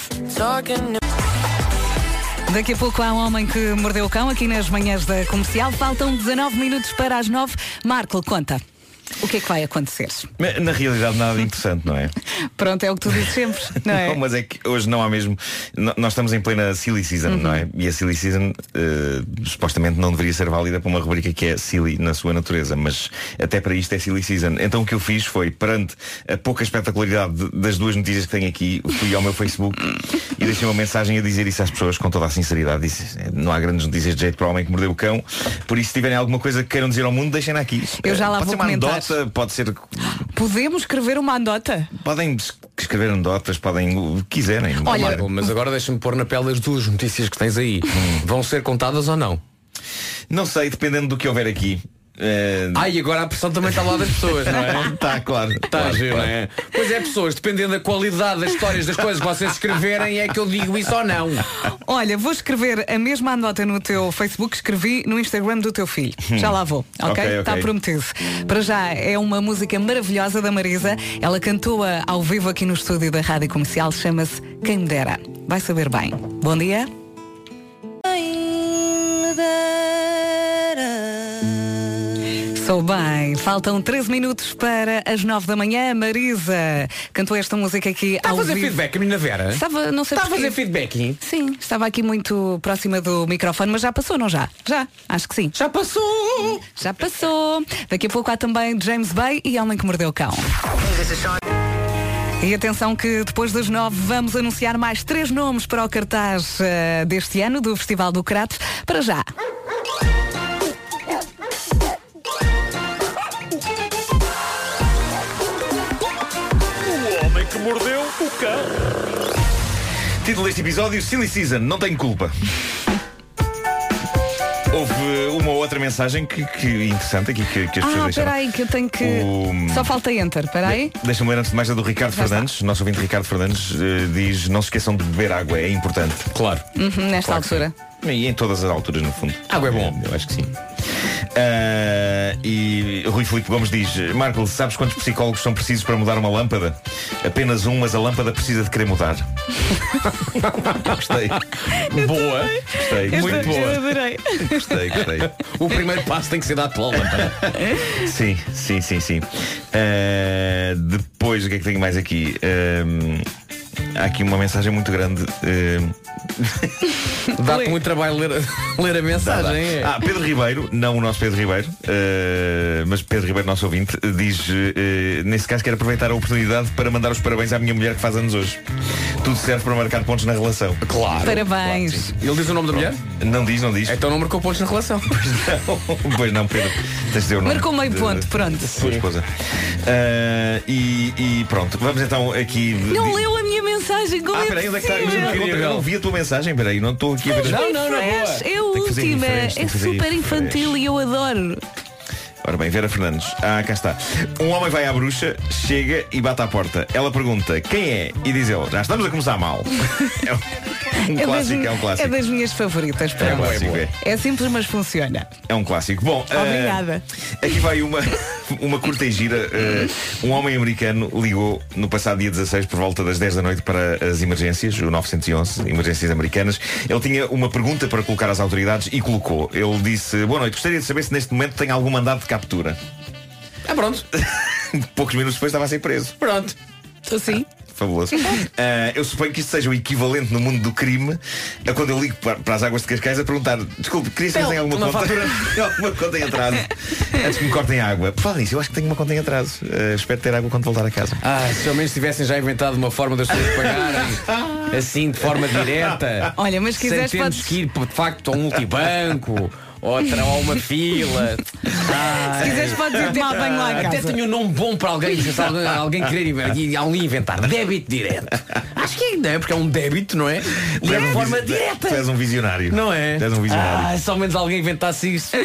Daqui a pouco há um homem que mordeu o cão aqui nas manhãs da Comercial. Faltam dezanove minutos para as nove. Marco, conta. O que é que vai acontecer? Mas, na realidade nada de interessante, não é? Pronto, é o que tu dizes sempre, não é? Não, mas é que hoje não há mesmo. N- Nós estamos em plena Silly Season, Uhum. não é? E a Silly Season uh, supostamente não deveria ser válida para uma rubrica que é silly na sua natureza, mas até para isto é Silly Season. Então o que eu fiz foi, perante a pouca espetacularidade de- das duas notícias que tenho aqui, fui ao meu Facebook e deixei uma mensagem a dizer isso às pessoas com toda a sinceridade. Disse, não há grandes notícias de jeito para o homem que mordeu o cão, por isso se tiverem alguma coisa que queiram dizer ao mundo, deixem-na aqui. Eu já lá pode vou ser uma comentar. anedota, pode ser. Podemos escrever uma anedota? Podem es- escrever anedotas, podem o que quiserem. Olha, Marco, mas agora deixa-me pôr na pele as duas notícias que tens aí. Vão ser contadas ou não? Não sei, dependendo do que houver aqui. Eh, Ah, e agora a pressão também está lá das pessoas, não é? Tá, claro. Está claro, a ver, claro. não é? Pois é, pessoas, dependendo da qualidade das histórias, das coisas que vocês escreverem, é que eu digo isso ou não. Olha, vou escrever a mesma anedota no teu Facebook que escrevi no Instagram do teu filho. Já lá vou, ok? Ok, ok. Está prometido. Para já é uma música maravilhosa da Marisa. Ela cantou-a ao vivo aqui no estúdio da Rádio Comercial. Chama-se Quem Me Dera. Vai saber bem. Bom dia. Sou bem. Faltam treze minutos para as nove da manhã. Marisa cantou esta música aqui Está ao a fazer vivo. feedback, a menina Vera? Estava, não sei Está a porquê. fazer feedback? Sim, estava aqui muito próxima do microfone, mas já passou, não já? Já, acho que sim. Já passou! Já passou. Daqui a pouco há também James Bay e Homem que Mordeu o Cão. E atenção que depois das nove vamos anunciar mais três nomes para o cartaz uh, deste ano do Festival do Crato. Para já. O homem que mordeu o cão. Título deste episódio: Silly Season, não tenho culpa. Houve uma outra mensagem que, que interessante aqui que, que as pessoas Ah, deixaram. espera aí, que eu tenho que... O- Só falta Enter, espera aí. Deixa-me ler antes de mais a do Ricardo Já Fernandes. Nosso ouvinte Ricardo Fernandes eh, diz: não se esqueçam de beber água, é importante. Claro. Uhum, nesta Claro que altura. sim. E em todas as alturas, no fundo. Água é bom. Eu acho que sim. Ah, e Rui Filipe Gomes diz: Marco, sabes quantos psicólogos são precisos para mudar uma lâmpada? Apenas um, mas a lâmpada precisa de querer mudar. Gostei. Boa. Gostei. Esta- Muito Eu boa. adorei. Gostei, gostei. O primeiro passo tem que ser dado pela lâmpada. Sim, sim, sim, sim. Ah, depois, o que é que tenho mais aqui? Ah, há aqui uma mensagem muito grande. Ah, Dá-te muito trabalho ler, a- ler a mensagem. é. Ah, Pedro Ribeiro, não o nosso Pedro Ribeiro, uh, mas Pedro Ribeiro, nosso ouvinte, diz, uh, nesse caso, quero aproveitar a oportunidade para mandar os parabéns à minha mulher que faz anos hoje. Tudo serve para marcar pontos na relação. Claro. Parabéns. Claro, sim. Ele diz o nome da mulher? Não diz, não diz. Então não marcou pontos na relação. Não, pois não, Pedro. Tens de dizer o nome Marcou meio de- ponto, pronto. da sua esposa. Uh, e, e pronto, vamos então aqui. Não di- leu a minha mensagem, como Ah, é peraí, onde é que está? possível? Eu não vi a tua mensagem, peraí, não estou aqui a ver. Não, não, não, Refresh, boa. é a Tem que fazer última, refresh, tem é que fazer super refresh. infantil e eu adoro. Ora bem, Vera Fernandes. Ah, cá está. Um homem vai à bruxa, chega e bate à porta. Ela pergunta quem é? E diz ele: já estamos a começar mal. É um, um É clássico, das, é um clássico. é das minhas favoritas. É um pronto. clássico, é. É simples, mas funciona. É um clássico. Bom, ah, Obrigada. aqui vai uma, uma curta e gira. Ah, um homem americano ligou no passado dia dezasseis por volta das dez da noite para as emergências, o nove um um, emergências americanas. Ele tinha uma pergunta para colocar às autoridades e colocou. Ele disse: boa noite, gostaria de saber se neste momento tem algum mandado de captura. Ah, pronto. Poucos minutos depois estava a ser preso. Pronto. Estou sim. Fabuloso. Ah, eu suponho que isto seja o equivalente no mundo do crime a quando eu ligo para, para as águas de Cascais a perguntar: desculpe, queria saber se tem alguma uma conta, fatura. tem alguma conta em atraso antes que me cortem a água. Por falar nisso, eu acho que tenho uma conta em atraso. Ah, espero ter água quando voltar a casa. Ah, se ao menos tivessem já inventado uma forma das pessoas pagarem assim de forma direta. Olha, mas se quiseres sem termos podes- que ir de facto a um multibanco. Outra a uma fila. Ah, Se quiseres podes ir tomar banho lá a até casa. tenho um nome bom para alguém, se alguém, alguém querer e, e alguém inventar. Débito direto. Acho que ainda é, porque é um débito, não é? E é de forma direta. Tu és um visionário. Não é? Tu és um visionário. Ah, se ao menos alguém inventasse isso.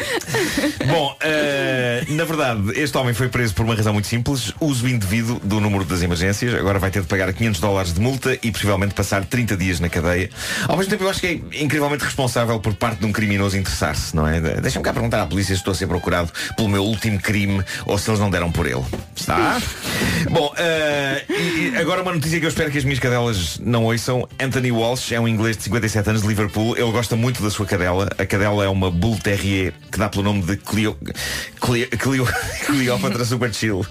Bom, ah, na verdade, este homem foi preso por uma razão muito simples: uso indevido do número das emergências. Agora vai ter de pagar quinhentos dólares de multa e possivelmente passar trinta dias na cadeia. Ao mesmo tempo, eu acho que é incrivelmente responsável por parte de um criminoso interessar-se, não é? Deixa-me cá perguntar à polícia se estou a ser procurado pelo meu último crime ou se eles não deram por ele. Está? Bom, ah, e, e agora uma notícia que eu espero que as minhas cadelas não ouçam. Anthony Walsh é um inglês de cinquenta e sete anos de Liverpool. Ele gosta muito da sua cadela. A cadela é uma Bull Terrier que dá pelo nome de Cleo, Cleo, Cleo, Cleópatra Super Chill.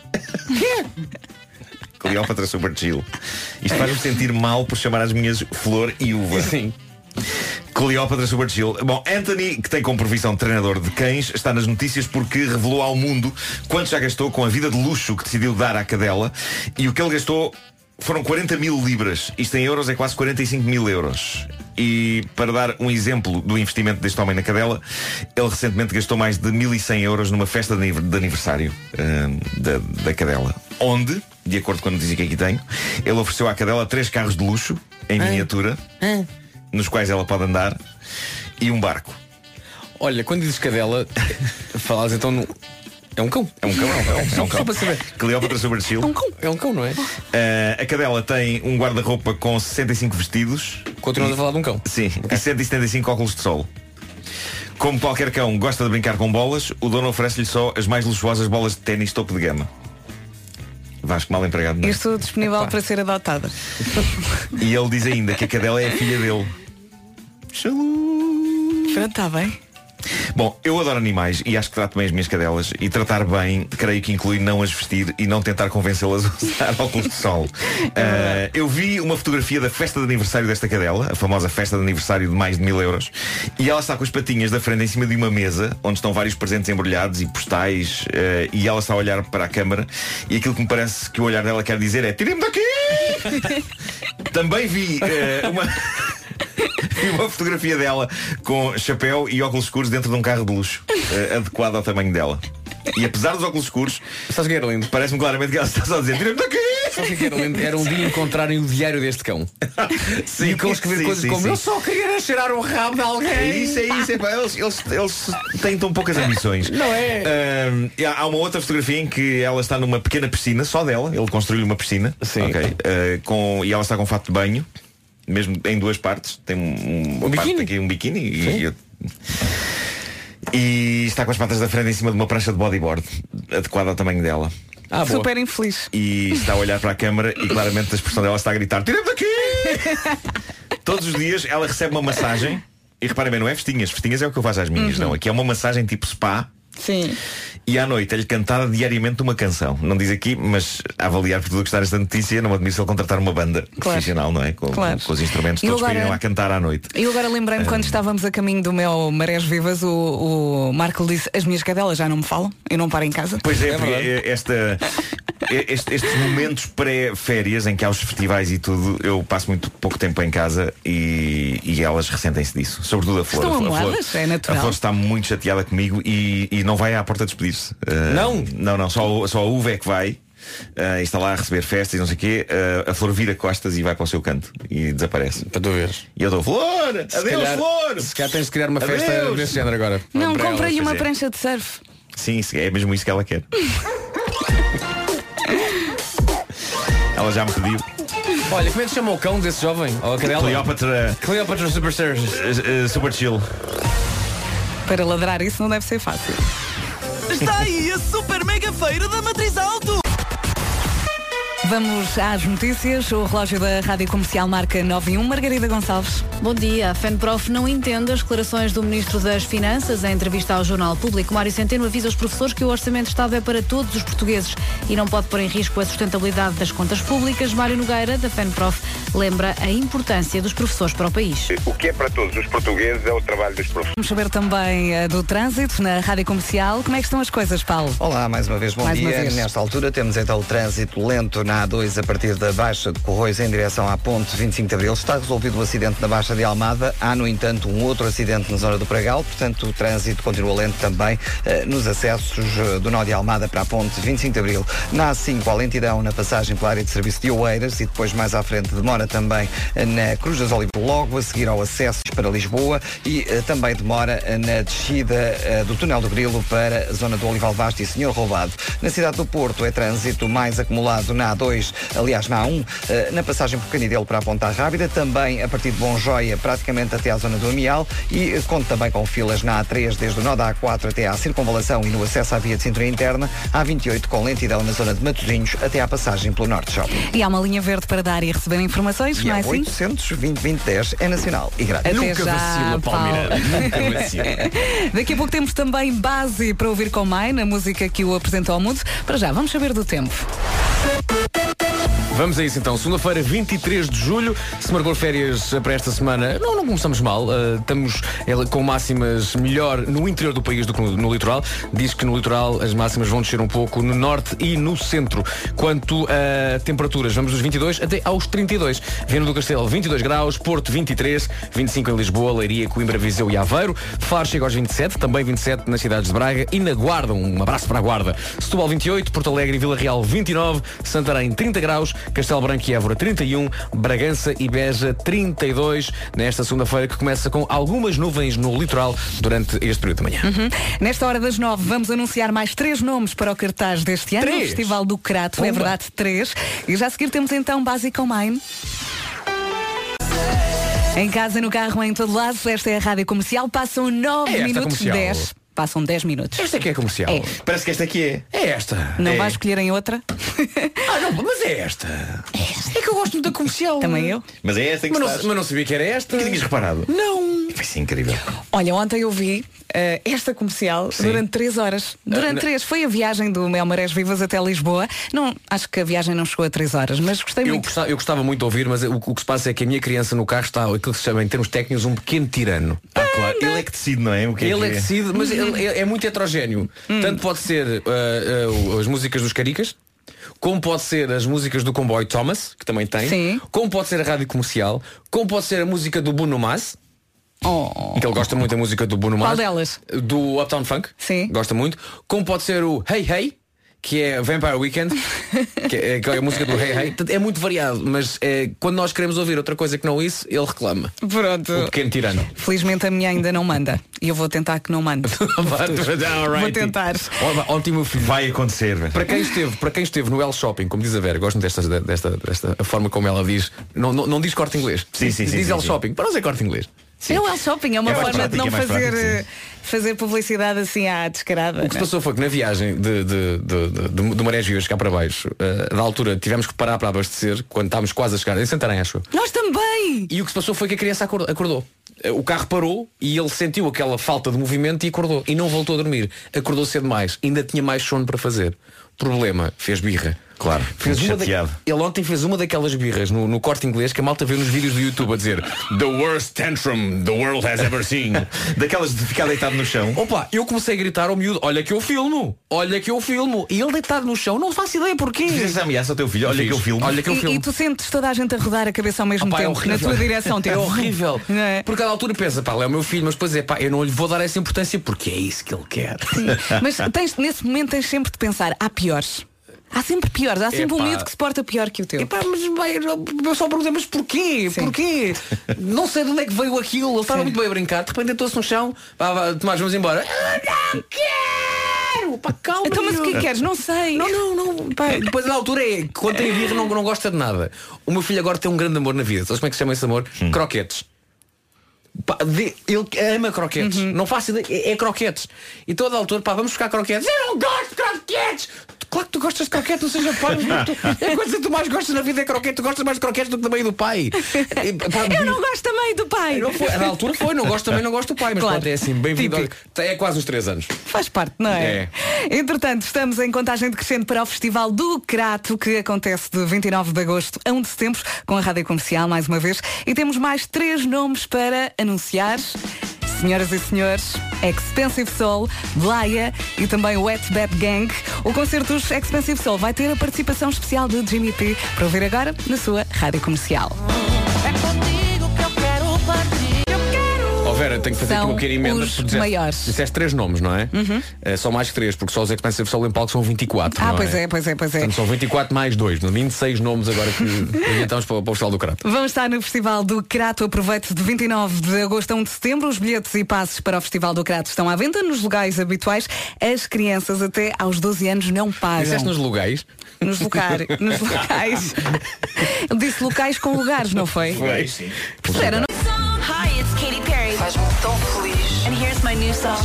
Cleópatra Super Chill. Isto faz-me sentir mal por chamar as minhas Flor e Uva. Sim. Cleópatra Super Chill. Bom, Anthony, que tem como profissão de treinador de cães, está nas notícias porque revelou ao mundo quanto já gastou com a vida de luxo que decidiu dar à cadela. E o que ele gastou foram quarenta mil libras. Isto em euros é quase quarenta e cinco mil euros. E para dar um exemplo do investimento deste homem na cadela, ele recentemente gastou mais de mil e cem euros numa festa de aniversário hum, da, da cadela. Onde, de acordo com a notícia que aqui tenho, ele ofereceu à cadela três carros de luxo, em miniatura, nos quais ela pode andar, e um barco. Olha, quando dizes cadela, falas então no... É um cão. É um cão, é um cão. É um Só cão. para saber. Cleópatra Super Chill. É um cão. É um cão, não é? Uh, a cadela tem um guarda-roupa com sessenta e cinco vestidos. Continuamos a falar de um cão. Sim, e cento e setenta e cinco óculos de sol. Como qualquer cão gosta de brincar com bolas, o dono oferece-lhe só as mais luxuosas bolas de ténis topo de gama. Vasco, mal empregado, não é? Eu estou disponível para ser adotada. E ele diz ainda que a cadela é a filha dele. Pronto, está bem. Bom, eu adoro animais e acho que trato bem as minhas cadelas. E tratar bem, creio que inclui não as vestir e não tentar convencê-las a usar óculos de sol. uh, Eu vi uma fotografia da festa de aniversário desta cadela, a famosa festa de aniversário de mais de mil euros. E ela está com as patinhas da frente em cima de uma mesa onde estão vários presentes embrulhados e postais, uh, e ela está a olhar para a câmara. E aquilo que me parece que o olhar dela quer dizer é: tirem-me daqui! Também vi uh, uma vi uma fotografia dela com chapéu e óculos escuros dentro de um carro de luxo, uh, adequado ao tamanho dela. E apesar dos óculos escuros, parece-me claramente que ela está só a dizer: tirem-me daqui! Era um dia encontrarem o diário deste cão. Sim, e com escrever sim, coisas sim, como: sim. eu só queria cheirar o rabo de alguém. É isso, é isso, é, pá, eles, eles, eles têm tão poucas ambições. Não é? Uh, há uma outra fotografia em que ela está numa pequena piscina, só dela. Ele construiu uma piscina. Sim. Okay. Uh, com, e ela está com um fato de banho, mesmo em duas partes. Tem um, um, um parte biquíni. aqui, um biquíni e, e, e está com as patas da frente em cima de uma prancha de bodyboard, adequada ao tamanho dela. Ah, super boa. Infeliz. E está a olhar para a câmara e claramente a expressão dela está a gritar: tira-me daqui! Todos os dias ela recebe uma massagem. E reparem bem, não é festinhas. Festinhas é o que eu faço às minhas, uhum. Não. Aqui é uma massagem tipo spa. Sim. E à noite é-lhe cantada diariamente uma canção. Não diz aqui, mas a avaliar por tudo o que está nesta notícia, não admito se ele contratar uma banda claro. profissional, não é? Com, claro. com os instrumentos eu todos agora, para irem lá cantar à noite. Eu agora lembrei-me um... quando estávamos a caminho do meu Marés Vivas, o, o Marco disse: as minhas cadelas já não me falam, eu não paro em casa. Pois é, é esta... Este, estes momentos pré-férias em que há os festivais e tudo, eu passo muito pouco tempo em casa e, e elas ressentem-se disso. Sobretudo a Flor. Estão a Flor, amoadas, a Flor, é natural. A Flor está muito chateada comigo e, e não vai à porta despedir-se. Uh, não? Não, não, só, só a Uva é que vai. Uh, está lá a receber festas e não sei o quê. Uh, a Flor vira costas e vai para o seu canto e desaparece. Para tu veres. E eu dou: Flor! Se adeus, calhar, Flor! Se calhar tens de criar uma adeus. festa desse género agora. Não, comprei uma é. prancha de surf. Sim, é mesmo isso que ela quer. Ela já me pediu. Olha, como é que se chama o cão desse jovem? Ou a cadela? Cleópatra. Cleópatra Super Stars. Uh, uh, Super Chill. Para ladrar isso não deve ser fácil. Está aí a super mega feira da Matriz Alto. Vamos às notícias. O relógio da Rádio Comercial marca nove e um. Margarida Gonçalves. Bom dia. A FENPROF não entende as declarações do Ministro das Finanças. Em entrevista ao Jornal Público, Mário Centeno avisa os professores que o Orçamento de Estado é para todos os portugueses e não pode pôr em risco a sustentabilidade das contas públicas. Mário Nogueira, da FENPROF, lembra a importância dos professores para o país. O que é para todos os portugueses é o trabalho dos professores. Vamos saber também uh, do trânsito na Rádio Comercial. Como é que estão as coisas, Paulo? Olá, mais uma vez, bom mais dia. Vez. Nesta altura temos então o trânsito lento na A dois a partir da Baixa de Corroios em direção à ponte vinte e cinco de Abril. Está resolvido o acidente na Baixa de Almada. Há, no entanto, um outro acidente na zona do Pragal. Portanto, o trânsito continua lento também eh, nos acessos eh, do nó de Almada para a ponte vinte e cinco de Abril. Na A cinco, há lentidão na passagem pela área de serviço de Oeiras e depois mais à frente demora também eh, na Cruz das Oliveiras, logo a seguir ao acesso para Lisboa e eh, também demora eh, na descida eh, do túnel do Grilo para a zona do Olival Basto e Senhor Roubado. Na cidade do Porto é trânsito mais acumulado na A dois, aliás na A um, eh, na passagem por Canidelo para a Ponta Rábida, também a partir de Bonjoia praticamente até à zona do Amial e eh, conto também com filas na A três desde o nó da A quatro até à Circunvalação e no acesso à via de cintura interna, A vinte e oito com lentidão na zona de Matosinhos até à passagem pelo Norte Shopping. E há uma linha verde para dar e receber informações, e não é é assim? oitocentos e vinte, vinte, dez é nacional e grátis. Até Nunca já, vacila, Palmeira. Nunca vacila. Daqui a pouco temos também Base para ouvir com Mai, na música que o apresentou ao mundo. Para já, vamos saber do tempo. Vamos a isso então, segunda-feira, vinte e três de julho. Se marcou férias para esta semana, não, não começamos mal. Uh, estamos ela, com máximas melhor no interior do país do que no, no litoral. Diz que no litoral as máximas vão descer um pouco no norte e no centro. Quanto a temperaturas, vamos dos vinte e dois até aos trinta e dois. Viana do Castelo, vinte e dois graus, Porto, vinte e três, vinte e cinco em Lisboa, Leiria, Coimbra, Viseu e Aveiro. Faro chega aos vinte e sete, também vinte e sete nas cidades de Braga e na Guarda, um abraço para a Guarda. Setúbal, vinte e oito, Porto Alegre e Vila Real, vinte e nove, Santarém, trinta graus, Castelo Branco e Évora, trinta e um, Bragança e Beja, trinta e dois, nesta segunda-feira que começa com algumas nuvens no litoral durante este período de manhã. Uhum. Nesta hora das nove vamos anunciar mais três nomes para o cartaz deste ano, Três? o Festival do Crato, é verdade, três. E já a seguir temos então Basic Mine. Em casa, no carro, em todo lado, esta é a Rádio Comercial, passam nove É minutos, comercial. dez. Passam dez minutos. Esta é que é comercial. É. Parece que esta aqui é. É esta. Não É. vais escolher em outra? Ah, não, mas é esta. É que eu gosto muito da comercial. Também eu. Mas é esta que Mas estás. não, mas não sabia que era esta. Que tinhas reparado? Não. Vai ser incrível. Olha, ontem eu vi uh, esta comercial Sim. durante três horas. Durante Uh, três. Foi a viagem do Mel Marés Vivas até Lisboa. Não, acho que a viagem não chegou a três horas, mas gostei Eu muito. gostava, eu gostava muito de ouvir, mas o, o que se passa é que a minha criança no carro está aquilo que se chama em termos técnicos um pequeno tirano. Ah, claro. Ele é que decide, não é? O que Ele é, é que decide, mas ele é, é muito heterogéneo. Tanto pode ser uh, uh, as músicas dos Caricas, como pode ser as músicas do Comboio Thomas, que também tem, Sim. como pode ser a rádio comercial, como pode ser a música do Bruno Mars, Oh. que ele gosta muito da música do Bruno Qual Mars. delas? Do Uptown Funk. Sim. Gosta muito. Como pode ser o Hey Hey, que é Vampire Weekend, que é, que é a música do Hey Hey. Portanto, é muito variado, mas é, quando nós queremos ouvir outra coisa que não isso, ele reclama. Pronto. O pequeno tirano. Felizmente a minha ainda não manda. E eu vou tentar que não mande. Vou tentar. Ontem meu filho. Vai acontecer. Para quem esteve, para quem esteve no L Shopping, como diz a Vera, gosto desta, desta, desta a forma como ela diz, não, não, não diz Corte Inglês. Sim, sim, sim, diz sim, L sim. Shopping, para não dizer Corte Inglês. É o L Shopping, é uma É mais forma prático, de não é mais fazer, prático, sim. eh, fazer publicidade assim à descarada. O que se passou foi que na viagem de, de, de, de, de, de Marés Vivas cá para baixo, uh, da altura tivemos que parar para abastecer quando estávamos quase a chegar em Santarém, acho eu. Nós também! E o que se passou foi que a criança acordou, acordou. O carro parou e ele sentiu aquela falta de movimento e acordou. E não voltou a dormir. Acordou cedo demais. Ainda tinha mais sono para fazer. Problema, fez birra. Claro, Fez uma da... chateado. Ele ontem fez uma daquelas birras no, no Corte Inglês que a malta vê nos vídeos do YouTube a dizer The worst tantrum the world has ever seen. Daquelas de ficar deitado no chão. Opa, eu comecei a gritar ao miúdo, olha que eu filmo, olha que eu filmo. E ele deitado no chão, não faço ideia porquê. Fizeste a ameaça ao teu filho, olha Fiz. que eu filmo. Olha que eu E, filmo. e tu sentes toda a gente a rodar a cabeça ao mesmo Opa, é tempo, na horrível. tua direção. Tipo, É horrível. Não é? Porque a altura pensa, pá, ele é o meu filho, mas depois é pá, eu não lhe vou dar essa importância porque é isso que ele quer. Sim. Mas tens, nesse momento tens sempre de pensar, há piores. Há sempre piores, há sempre Epá. um miúdo que se porta pior que o teu. Epá, mas bem, eu só perguntei, mas porquê? Sim. Porquê? Não sei de onde é que veio aquilo. Ele estava Sim. muito bem a brincar, de repente deitou-se no chão, vá, vá, Tomás, vamos embora. Eu não quero! Pá, calma. Então, mas o que é que miúdo. queres? Não sei. Não, não, não. Pá, depois na altura é, quando tem birra não, não gosta de nada. O meu filho agora tem um grande amor na vida. Sabes como é que se chama esse amor? Hum. Croquetes. Pá, de- ele ama croquetes. Uhum. Não faço ideia. É, é croquetes. E toda a altura, pá, vamos buscar croquetes. Eu não gosto de croquetes! Claro que tu gostas de croquetes, não seja pai. É a coisa que tu mais gostas na vida é croquete. Tu gostas mais de croquetes do que também do pai. E, pá, Eu não gosto também do pai. não foi, na altura foi, não gosto também, não gosto do pai. Mas Claro. pronto, é assim, bem-vindo. Típico. É quase uns três anos. Faz parte, não é? Entretanto, estamos em contagem decrescente para o Festival do Crato, que acontece de vinte e nove de agosto a um de setembro, com a Rádio Comercial, mais uma vez. E temos mais três nomes para anunciar. Senhoras e senhores, Expensive Soul, Blaya e também o Wet Bad Gang. O concerto dos Expensive Soul vai ter a participação especial de Jimmy P para ouvir agora na sua Rádio Comercial. Ó Vera, tenho que fazer São aqui uma pequena emenda. os Tu disseste- maiores. Disseste três nomes, não é? É, só mais que três, porque só os Expensive Soul em palco são vinte e quatro. Ah, não pois é, pois é, pois é. Portanto, são vinte e quatro mais dois, vinte e seis nomes agora que inventamos para, para o Festival do Crato. Vamos estar no Festival do Crato. Aproveite de vinte e nove de agosto a um de setembro. Os bilhetes e passes para o Festival do Crato estão à venda nos lugares habituais. As crianças até aos doze anos não pagam. Disseste nos lugares? Nos locais. Nos locais. Ele disse locais com lugares, não foi? Foi, sim. Era, não? Hi, it's Katy Perry. Faz-me tão feliz. And here's my new song.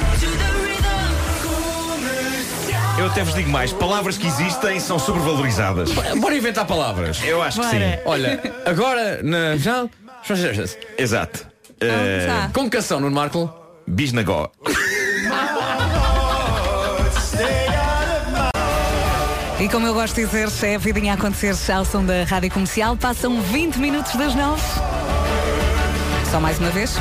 Eu até vos digo mais, palavras que existem são sobrevalorizadas. Bora inventar palavras. Eu acho que Bora. sim. Olha, agora na. Já? Exato. Vamos Uh, lá. Convocação, Nuno Marco. Bisnagó. E como eu gosto de dizer, é a vidinha a acontecer ao som da Rádio Comercial. Passam vinte minutos das nove. Só mais uma vez.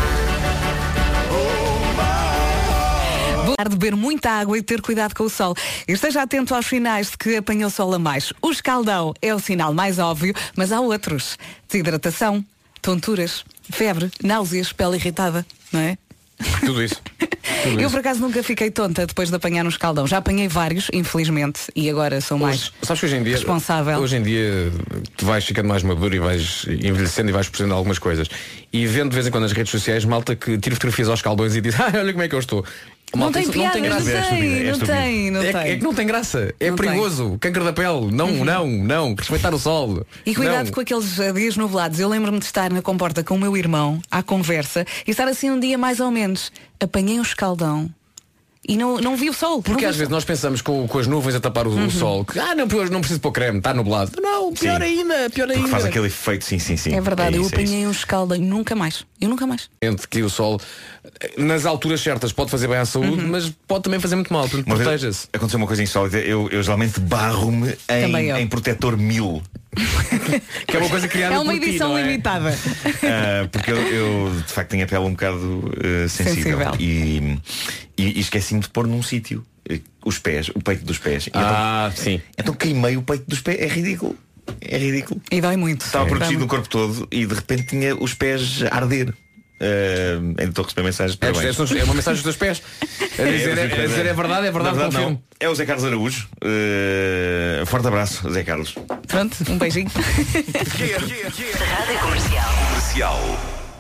Vou beber muita água e ter cuidado com o sol. E esteja atento aos sinais de que apanhou sol a mais. O escaldão é o sinal mais óbvio, mas há outros. Desidratação, tonturas, febre, náuseas, pele irritada, não é? Tudo isso. Tudo Eu isso. por acaso nunca fiquei tonta depois de apanhar um escaldão. Já apanhei vários, infelizmente, e agora sou mais Hoje, sabes que hoje em dia, responsável. hoje em dia tu vais ficando mais maduro e vais envelhecendo e vais percebendo algumas coisas. E vendo de vez em quando nas redes sociais malta que tira fotografias aos escaldões e diz, ah, olha como é que eu estou. Não Malta, tem isso piada, não tem não graça. É estúpido, tem, é não estúpido. tem, não É, que- tem. é que não tem graça. É Não perigoso. Câncer da pele. Não, não, não. Respeitar o sol. E cuidado Não. com aqueles eh, dias nublados. Eu lembro-me de estar na comporta com o meu irmão, à conversa, e estar assim um dia mais ou menos. Apanhei um escaldão e não, não vi o sol. Porque às vezes nós pensamos com, com as nuvens a tapar o, uhum. o sol que ah, não, não preciso pôr creme, está nublado. Não, pior sim. ainda, pior ainda. Porque faz aquele efeito, sim, sim, sim. É verdade, é eu isso, apanhei é um escaldo, nunca mais. Eu nunca mais. Que o sol, nas alturas certas, pode fazer bem à saúde, uhum. mas pode também fazer muito mal, portanto proteja-se. Aconteceu uma coisa insólita, eu, eu geralmente barro-me em, em protetor mil. Que é uma coisa criada é uma por ti, edição não é? limitada. Uh, porque eu, eu de facto tenho a pele um bocado uh, sensível, sensível. E, e, e esqueci-me de pôr num sítio uh, os pés, o peito dos pés. Ah, então, sim. Então queimei o peito dos pés, é ridículo. É ridículo. E dói muito. Estava é. protegido no corpo todo e de repente tinha os pés a arder. Uh, ainda estou a receber mensagens para é, é uma mensagem dos teus pés. A dizer é, é, dizer, é verdade, é verdade, verdade confirmo. Não. É o Zé Carlos Araújo. Uh, forte abraço, Zé Carlos. Pronto, um beijinho. Rádio Comercial. Comercial.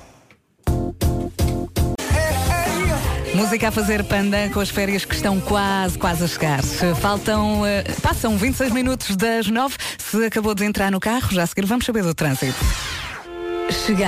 Música a fazer panda com as férias que estão quase, quase a chegar. Faltam, uh, passam vinte e seis minutos das nove. Se acabou de entrar no carro, já a seguir vamos saber do trânsito. Chegar.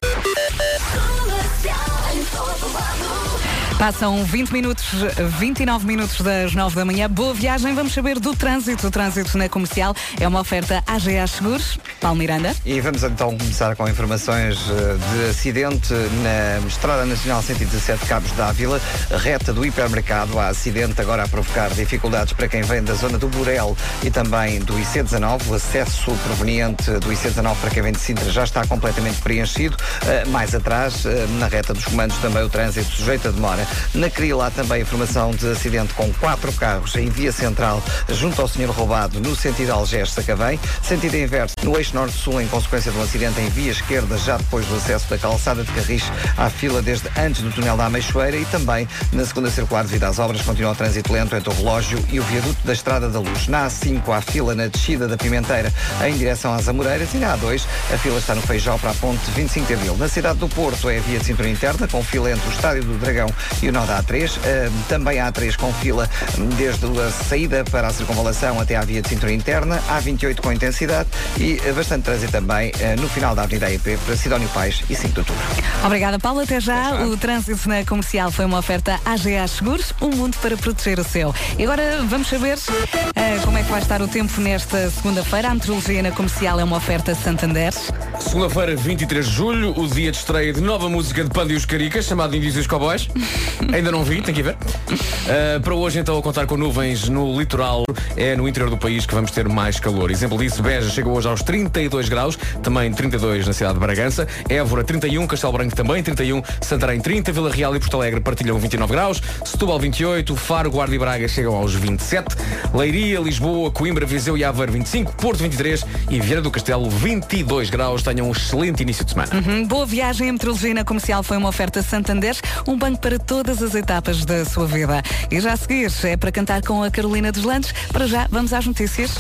Passam vinte minutos, vinte e nove minutos das nove da manhã. Boa viagem, vamos saber do trânsito. O trânsito na Comercial é uma oferta A G A Seguros. Paulo Miranda. E vamos então começar com informações de acidente na Estrada Nacional cento e dezassete Cabos da Ávila, reta do hipermercado. Há acidente agora a provocar dificuldades para quem vem da zona do Borel e também do I C dezanove. O acesso proveniente do I C dezanove para quem vem de Sintra já está completamente preenchido. Mais atrás, na reta dos comandos, também o trânsito sujeito a demora. Na Cril há também informação de acidente com quatro carros em via central junto ao senhor roubado no sentido Algés-Sacavém, sentido inverso no eixo norte-sul em consequência de um acidente em via esquerda já depois do acesso da calçada de Carris à fila desde antes do túnel da Ameixoeira e também na segunda circular devido às obras continua o trânsito lento entre o relógio e o viaduto da Estrada da Luz. Na A cinco há fila na descida da Pimenteira em direção às Amoreiras e na A dois a fila está no Feijó para a ponte vinte e cinco de Abril. Na cidade do Porto é a via de cintura interna com fila entre o Estádio do Dragão e o nó da A três. Uh, também a A três com fila desde a saída para a circunvalação até à via de cintura interna. A vinte e oito com intensidade e uh, bastante trânsito também uh, no final da Avenida E P para Sidónio Pais e cinco de outubro. Obrigada, Paulo. Até já. Até já. O trânsito na Comercial foi uma oferta A G A Seguros, um mundo para proteger o seu. E agora vamos saber uh, como é que vai estar o tempo nesta segunda-feira. A meteorologia na Comercial é uma oferta Santander. Segunda-feira, vinte e três de julho, o dia de estreia de nova música de Panda e os Caricas, chamado Índios e os Cowboys. Ainda não vi, tem que ir ver. Uh, para hoje, então, a contar com nuvens no litoral, é no interior do país que vamos ter mais calor. Exemplo disso, Beja chega hoje aos trinta e dois graus, também trinta e dois na cidade de Bragança, Évora trinta e um, Castelo Branco também trinta e um, Santarém trinta, Vila Real e Porto Alegre partilham vinte e nove graus, Setúbal vinte e oito, Faro, Guarda e Braga chegam aos vinte e sete, Leiria, Lisboa, Coimbra, Viseu e Aveiro vinte e cinco, Porto vinte e três e Viana do Castelo vinte e dois graus. Tenham um excelente início de semana. Uhum. Boa viagem. A meteorologia na Comercial foi uma oferta Santander, um banco para todas as etapas da sua vida. E já a seguir é para cantar com a Carolina dos Landes. Para já, vamos às notícias.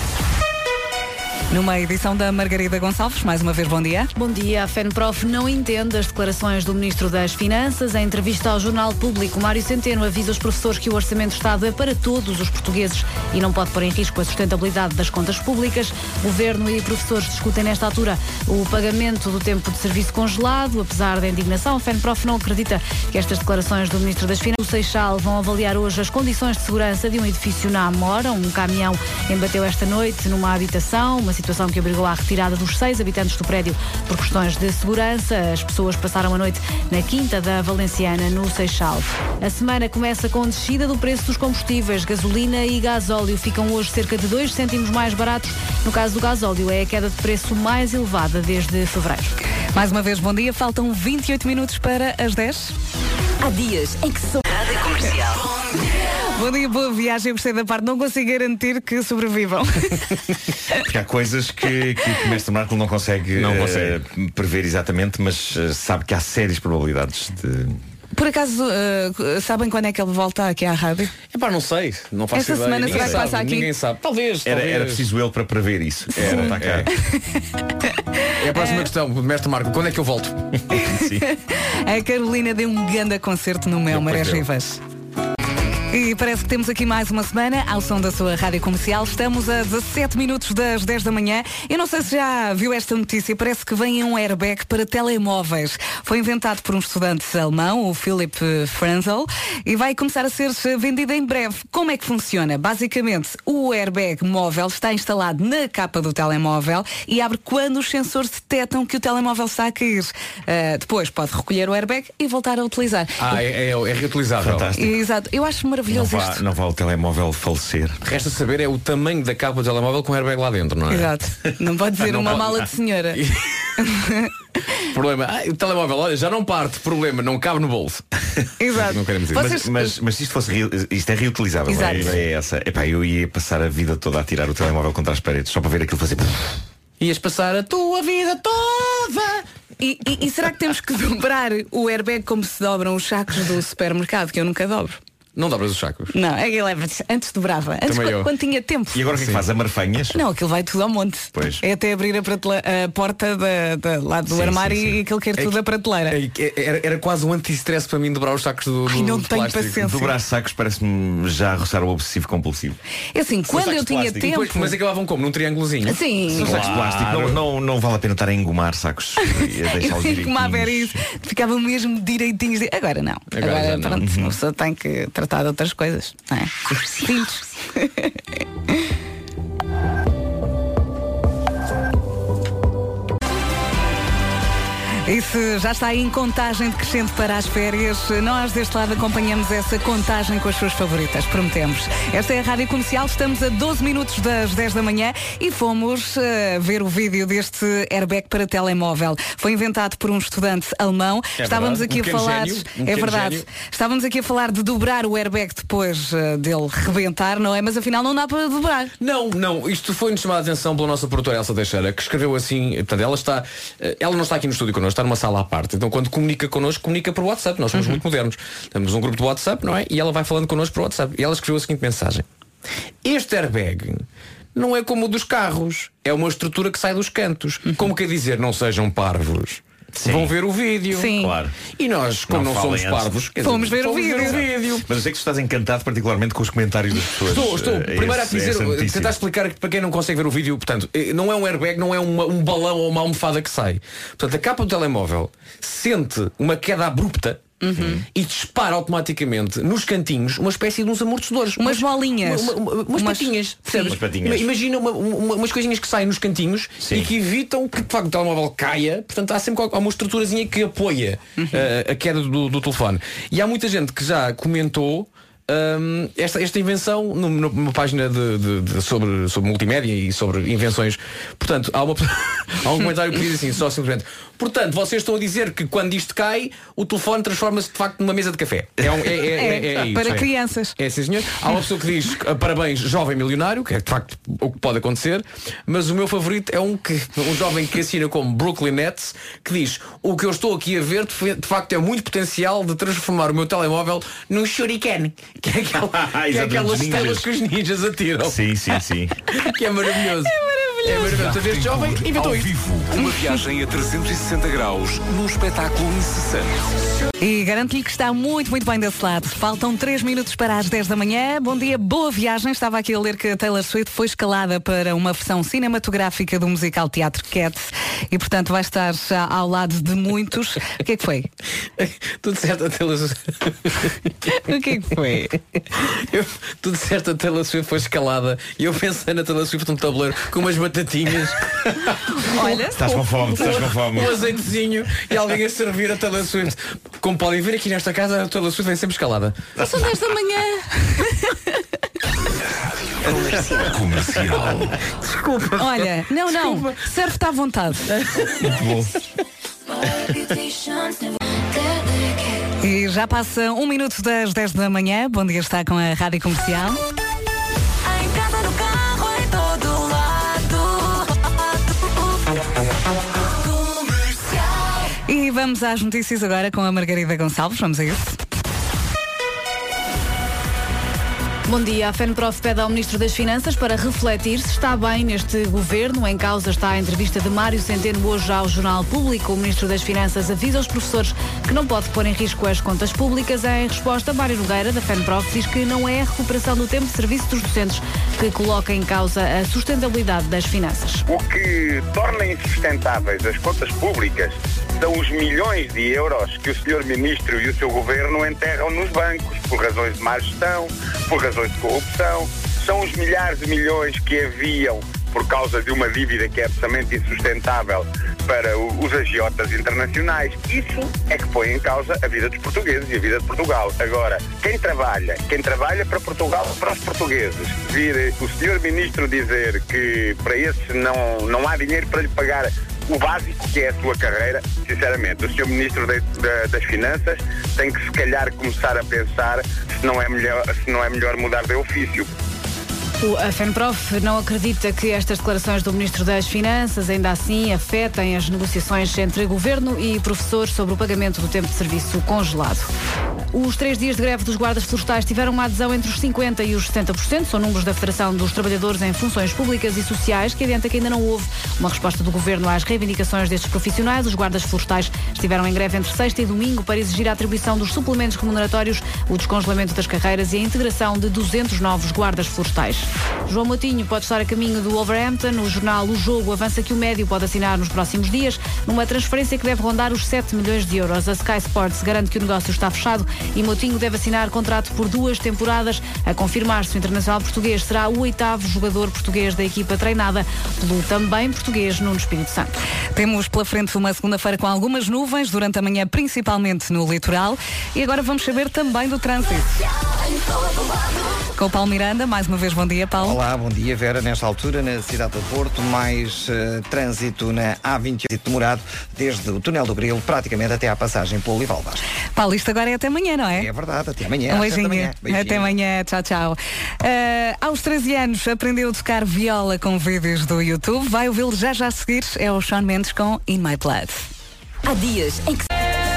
Numa edição da Margarida Gonçalves, mais uma vez, bom dia. Bom dia. A FENPROF não entende as declarações do Ministro das Finanças. Em entrevista ao Jornal Público, Mário Centeno avisa os professores que o Orçamento do Estado é para todos os portugueses e não pode pôr em risco a sustentabilidade das contas públicas. Governo e professores discutem nesta altura o pagamento do tempo de serviço congelado. Apesar da indignação, a FENPROF não acredita que estas declarações do Ministro das Finanças. O Seixal vão avaliar hoje as condições de segurança de um edifício na Amora. Um caminhão embateu esta noite numa habitação, uma situação que obrigou à retirada dos seis habitantes do prédio por questões de segurança. As pessoas passaram a noite na Quinta da Valenciana, no Seixal. A semana começa com descida do preço dos combustíveis. Gasolina e gasóleo ficam hoje cerca de dois cêntimos mais baratos. No caso do gasóleo, é a queda de preço mais elevada desde fevereiro. Mais uma vez, bom dia. Faltam vinte e oito minutos para as dez. Há dias em que sou Rádio Comercial. Bom dia, boa viagem. Eu gostei da parte, não consigo garantir que sobrevivam. Porque há coisas que, que o mestre Marco não consegue, não consegue. Uh, prever exatamente, mas uh, sabe que há sérias probabilidades de... Por acaso, uh, sabem quando é que ele volta aqui à rádio? É pá, não sei. Não faço Esta ideia. semana Ninguém será que sabe. passa aqui? Ninguém sabe. Talvez. Era, talvez. era preciso ele para prever isso. Era, está cá. É a próxima questão, mestre Marco. Quando é que eu volto? Sim. A Carolina deu um grande concerto no Mel Marés Rivas. E parece que temos aqui mais uma semana ao som da sua rádio comercial. Estamos a dezassete minutos das dez da manhã. Eu não sei se já viu esta notícia. Parece que vem um airbag para telemóveis. Foi inventado por um estudante alemão, o Philipp Franzel, e vai começar a ser vendido em breve. Como é que funciona? Basicamente, o airbag móvel está instalado na capa do telemóvel e abre quando os sensores detectam que o telemóvel está a cair. Uh, depois pode recolher o airbag e voltar a utilizar. Ah, é, é, é reutilizável. Fantástico. Exato. Eu acho maravilhoso. Não vá, isto. não vá o telemóvel falecer. Resta saber é o tamanho da capa do telemóvel com o airbag lá dentro, não é? Exato. Não pode dizer Não uma pode. mala de senhora. Problema, ah, o telemóvel, olha, já não parte, problema, não cabe no bolso. Exato. Não queremos dizer. Vocês- Mas, mas, mas se isto fosse reu- isto é reutilizável, Exato. a ideia é essa. Epá, eu ia passar a vida toda a tirar o telemóvel contra as paredes, só para ver aquilo fazer. Ias passar a tua vida toda. E, e- e será que temos que dobrar o airbag como se dobram os sacos do supermercado, que eu nunca dobro? Não dobras os sacos. Não, aquilo é, antes dobrava. Antes, Também quando, eu. quando tinha tempo. E agora o que é que faz? Amarfanhas? Não, aquilo vai tudo ao monte. Pois. É até abrir a, pratele- a porta da, da, lá do Sim, armário sim, sim. e aquilo quer tudo a prateleira. É, é, Era, era quase um anti-stress para mim dobrar os sacos do, do Ai, não do tenho plástico. paciência. Dobrar sacos parece-me já roçar o obsessivo compulsivo. É assim, quando sacos eu de tinha plástico. tempo. Depois, mas acabavam como? Num triângulozinho? Sim. São sacos de plástico, não, não, não vale a pena estar a engomar sacos e a deixá-los Eu como a ver direitinhos. isso, ficava mesmo direitinhos. Agora não. Agora Agora, já não. pronto, uma pessoa tem que tratar de outras coisas. Não é? Filhos. E se já está aí em contagem decrescente para as férias, nós deste lado acompanhamos essa contagem com as suas favoritas, prometemos. Esta é a Rádio Comercial, estamos a doze minutos das dez da manhã e fomos uh, ver o vídeo deste airbag para telemóvel. Foi inventado por um estudante alemão. É Estávamos verdade, aqui um a pequeno falar. gênio, um é pequeno verdade. gênio. Estávamos aqui a falar de dobrar o airbag depois uh, dele rebentar, não é? Mas afinal não dá para dobrar. Não, não, isto foi-nos chamado a atenção pela nossa produtora Elsa Teixeira, que escreveu assim, portanto, ela está, eh, ela não está aqui no estúdio connosco, está numa sala à parte, então quando comunica connosco, comunica por WhatsApp, nós somos muito modernos. Temos um grupo de WhatsApp, não é? E ela vai falando connosco por WhatsApp. E ela escreveu a seguinte mensagem: este airbag não é como o dos carros, é uma estrutura que sai dos cantos. Como quer dizer, não sejam parvos. Sim. Vão ver o vídeo. Sim. Claro. E nós, como Não não, somos falem antes. parvos, quer Fomos dizer, ver o fomos vídeo. vídeo. Mas eu sei que tu estás encantado particularmente com os comentários das pessoas. Estou, estou. eh, Primeiro há esse- que dizer, essa notícia. tentar explicar que para quem não consegue ver o vídeo, portanto, eh, não é um airbag, não é uma- um balão ou uma almofada que sai. Portanto, a capa do telemóvel sente uma queda abrupta. E dispara automaticamente nos cantinhos uma espécie de uns amortecedores. Umas bolinhas. uma- uma- umas, Umas- patinhas. percebes? Umas patinhas. Ima- Imagina uma- uma- umas coisinhas que saem nos cantinhos Sim. e que evitam que de facto o telemóvel caia. Portanto, há sempre uma estruturazinha que apoia eh, a queda do, do telefone. E há muita gente que já comentou hum, esta, esta invenção num- numa página de, de- de- sobre, sobre multimédia e sobre invenções. Portanto, há, uma, há um comentário que diz assim, só simplesmente: portanto, vocês estão a dizer que quando isto cai, o telefone transforma-se de facto numa mesa de café. É, um- é, é, é, é, é isso, para é. crianças. É, sim, senhor. Há uma pessoa que diz ah, parabéns, jovem milionário, que é de facto o que pode acontecer, mas o meu favorito é um, que, um jovem que assina como Brooklyn Nets, que diz: o que eu estou aqui a ver de, fe- de facto é muito potencial de transformar o meu telemóvel num shuriken, que é, aquela, que é Exatamente, aquelas ninjas. telas que os ninjas atiram. Sim, sim, sim. Que é maravilhoso. É maravilhoso. Portanto, este jovem inventou ao isto. vivo, uma viagem a trezentos e sessenta graus num espetáculo incessante. E garanto-lhe que está muito, muito bem desse lado. Faltam três minutos para as dez da manhã. Bom dia, boa viagem. Estava aqui a ler que a Taylor Swift foi escalada para uma versão cinematográfica do musical Teatro Cats e, portanto, vai estar já ao lado de muitos. O que é que foi? Tudo certo, a Taylor Swift. O que é que foi? Eu, tudo certo, a Taylor Swift foi escalada e eu pensei na Taylor Swift num tabuleiro com umas batatinhas. Olha, Estás com fome, estás com fome. Um azeitezinho e alguém a servir a Taylor Swift. Como podem ver aqui nesta casa, a Taylor Swift vem sempre escalada. são dez da manhã. Comercial. Desculpa. Olha, não, não. Serve-te à vontade. Muito bom. E já passa um minuto das dez da manhã. Bom dia, está com a Rádio Comercial. Em casa, no carro, em todo lado. Comercial. E vamos às notícias agora com a Margarida Gonçalves. Vamos a isso. Bom dia. A FENPROF pede ao Ministro das Finanças para refletir se está bem neste governo. Em causa está a entrevista de Mário Centeno hoje ao Jornal Público. O Ministro das Finanças avisa aos professores que não pode pôr em risco as contas públicas. Em resposta, Mário Nogueira, da FENPROF, diz que não é a recuperação do tempo de serviço dos docentes que coloca em causa a sustentabilidade das finanças. O que torna insustentáveis as contas públicas são os milhões de euros que o senhor Ministro e o seu Governo enterram nos bancos por razões de má gestão, por razões de corrupção. São os milhares de milhões que haviam por causa de uma dívida que é absolutamente insustentável para os agiotas internacionais. Isso é que põe em causa a vida dos portugueses e a vida de Portugal. Agora, quem trabalha, quem trabalha para Portugal, para os portugueses, vir o senhor Ministro dizer que para esse não, não há dinheiro para lhe pagar o básico que é a sua carreira, sinceramente, o senhor Ministro de, de, das Finanças tem que se calhar começar a pensar se não é melhor, se não é melhor mudar de ofício. A FENPROF não acredita que estas declarações do Ministro das Finanças ainda assim afetem as negociações entre Governo e professores sobre o pagamento do tempo de serviço congelado. Os três dias de greve dos guardas florestais tiveram uma adesão entre os cinquenta por cento e os setenta por cento. São números da Federação dos Trabalhadores em Funções Públicas e Sociais, que adianta que ainda não houve uma resposta do Governo às reivindicações destes profissionais. Os guardas florestais estiveram em greve entre sexta e domingo para exigir a atribuição dos suplementos remuneratórios, o descongelamento das carreiras e a integração de duzentos novos guardas florestais. João Moutinho pode estar a caminho do Wolverhampton. O jornal O Jogo avança que o médio pode assinar nos próximos dias numa transferência que deve rondar os sete milhões de euros. A Sky Sports garante que o negócio está fechado e Moutinho deve assinar contrato por duas temporadas. A confirmar-se, o internacional português será o oitavo jogador português da equipa treinada pelo também português Nuno Espírito Santo. Temos pela frente uma segunda-feira com algumas nuvens durante a manhã, principalmente no litoral. E agora vamos saber também do trânsito. Com o Paulo Miranda, mais uma vez bom dia, Paulo. Olá, bom dia, Vera. Nesta altura, na cidade do Porto, mais uh, trânsito na A vinte e oito demorado, desde o túnel do Grilo, praticamente até à passagem pelo Olival Vasco. Paulo, isto agora é até amanhã, não é? É verdade, até amanhã. Um beijinho. Amanhã. Beijinho. Até amanhã, tchau, tchau. Uh, aos treze anos, aprendeu a tocar viola com vídeos do YouTube. Vai ouvi-lo já já a seguir. É o Shawn Mendes com In My Blood. Há dias em que...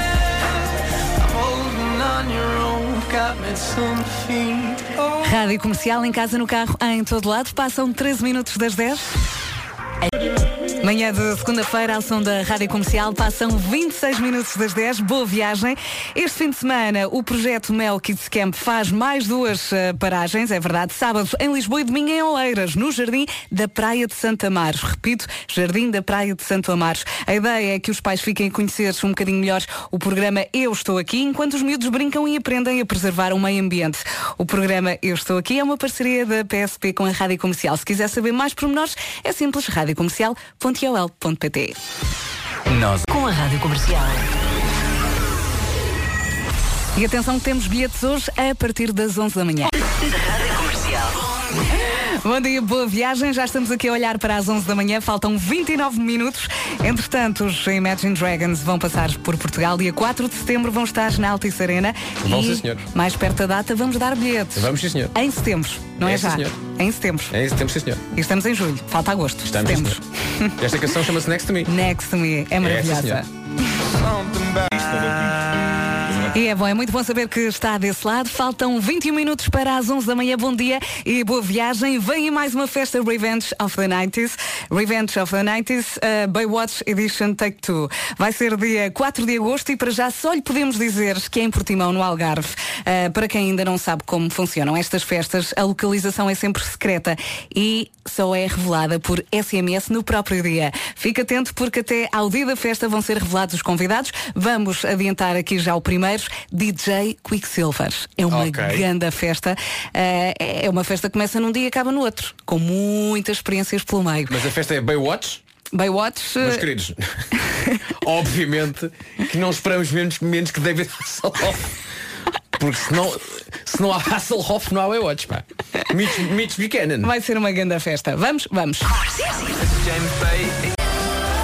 Rádio Comercial, em casa, no carro, em todo lado. Passam treze minutos das dez. Manhã de segunda-feira, ao som da Rádio Comercial, passam vinte e seis minutos das dez. Boa viagem. Este fim de semana, o projeto Mel Kids Camp faz mais duas uh, paragens, é verdade. Sábado em Lisboa e domingo em Oeiras, no Jardim da Praia de Santo Amaro. Repito, Jardim da Praia de Santo Amaro. A ideia é que os pais fiquem a conhecer um bocadinho melhor o programa Eu Estou Aqui, enquanto os miúdos brincam e aprendem a preservar o meio ambiente. O programa Eu Estou Aqui é uma parceria da P S P com a Rádio Comercial. Se quiser saber mais pormenores, é simples, rádio comercial ponto i o l ponto p t. Nós com a Rádio Comercial. E atenção que temos bilhetes hoje a partir das onze da manhã. Rádio Comercial. Bom dia, boa viagem. Já estamos aqui a olhar para as onze da manhã. Faltam vinte e nove minutos. Entretanto, os Imagine Dragons vão passar por Portugal. Dia quatro de setembro vão estar na Altice Arena. Vão, e sim, senhor. mais perto da data vamos dar bilhetes. Vamos, sim, senhor. Em setembro, não é, É, já? sim, senhor. Em setembro. É isso, temos, sim, senhor. E estamos em julho. Falta agosto. Estamos, sim, setembro. senhor. Esta canção chama-se Next to Me. Next to Me. É maravilhosa. E é bom, é muito bom saber que está desse lado. Faltam vinte e um minutos para as onze da manhã. Bom dia e boa viagem. Vem mais uma festa Revenge of the nineties. Revenge of the nineties, uh, Baywatch Edition Take Two. Vai ser dia quatro de agosto e para já só lhe podemos dizer que é em Portimão, no Algarve. Uh, para quem ainda não sabe como funcionam estas festas, a localização é sempre secreta e só é revelada por S M S no próprio dia. Fique atento porque até ao dia da festa vão ser revelados os convidados. Vamos adiantar aqui já o primeiro. D J Quicksilver. É uma Okay. grande festa. Uh, é uma festa que começa num dia e acaba no outro, com muitas experiências pelo meio. Mas a festa é Baywatch? Baywatch. Meus uh, queridos, obviamente que não esperamos menos, menos que David Hasselhoff. Porque senão, se não há Hasselhoff, não há Baywatch, pá. Mitch, Mitch Buchanan. Vai ser uma grande festa. Vamos? Vamos.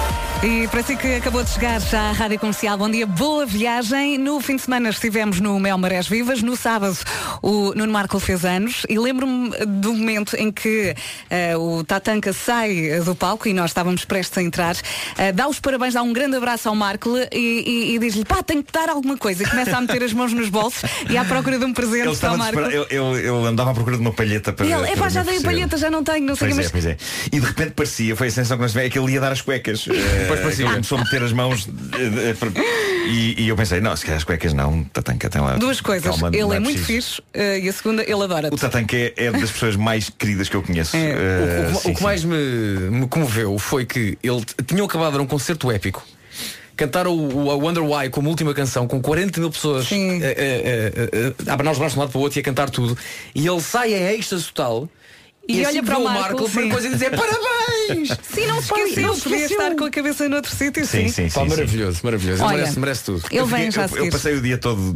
E para si que acabou de chegar já à Rádio Comercial, bom dia, boa viagem. No fim de semana estivemos no Mel Marés Vivas. No sábado o Nuno Marco fez anos e lembro-me do momento em que uh, o Tatanka sai do palco e nós estávamos prestes a entrar, uh, dá os parabéns, dá um grande abraço ao Marco e, e, e diz-lhe, pá, tenho que dar alguma coisa. E começa a meter as mãos nos bolsos e à procura de um presente ele para o Marco. Eu, eu, eu andava à procura de uma palheta para. E ele, epá, já dei a oferecer. palheta, já não tenho, não sei o que, Pois é, mas. pois é. E de repente parecia, foi a sensação que nós tivemos, é que ele ia dar as cuecas. Depois Uh, parecia. começou a meter as mãos uh, uh, para- e, e eu pensei, não, se calhar as cuecas não, Tatanka tem lá. Duas coisas, calma, ele não é muito preciso. fixe uh, e a segunda, ele adora-te. O Tatanka é, é das pessoas mais queridas que eu conheço. É. Uh, O, que- sim, o que sim. mais me, me comoveu foi que ele t- tinham acabado de dar um concerto épico. Cantaram o, o Wonder Why como última canção com quarenta mil pessoas a, a, a, a, a abanar os braços de um lado para o outro e a cantar tudo. E ele sai em êxtase total. E, assim olha que para vê o o Marco, Marco, a primeira sim. coisa é dizer parabéns! Sim, não se esqueceu, não se podia esqueceu. estar com a cabeça noutro sítio, Sim, sim. sim, sim, Pá, sim. maravilhoso, maravilhoso. Ele Olha, merece, merece tudo. Ele Eu vem fiquei- já a eu, eu seguir. passei o dia todo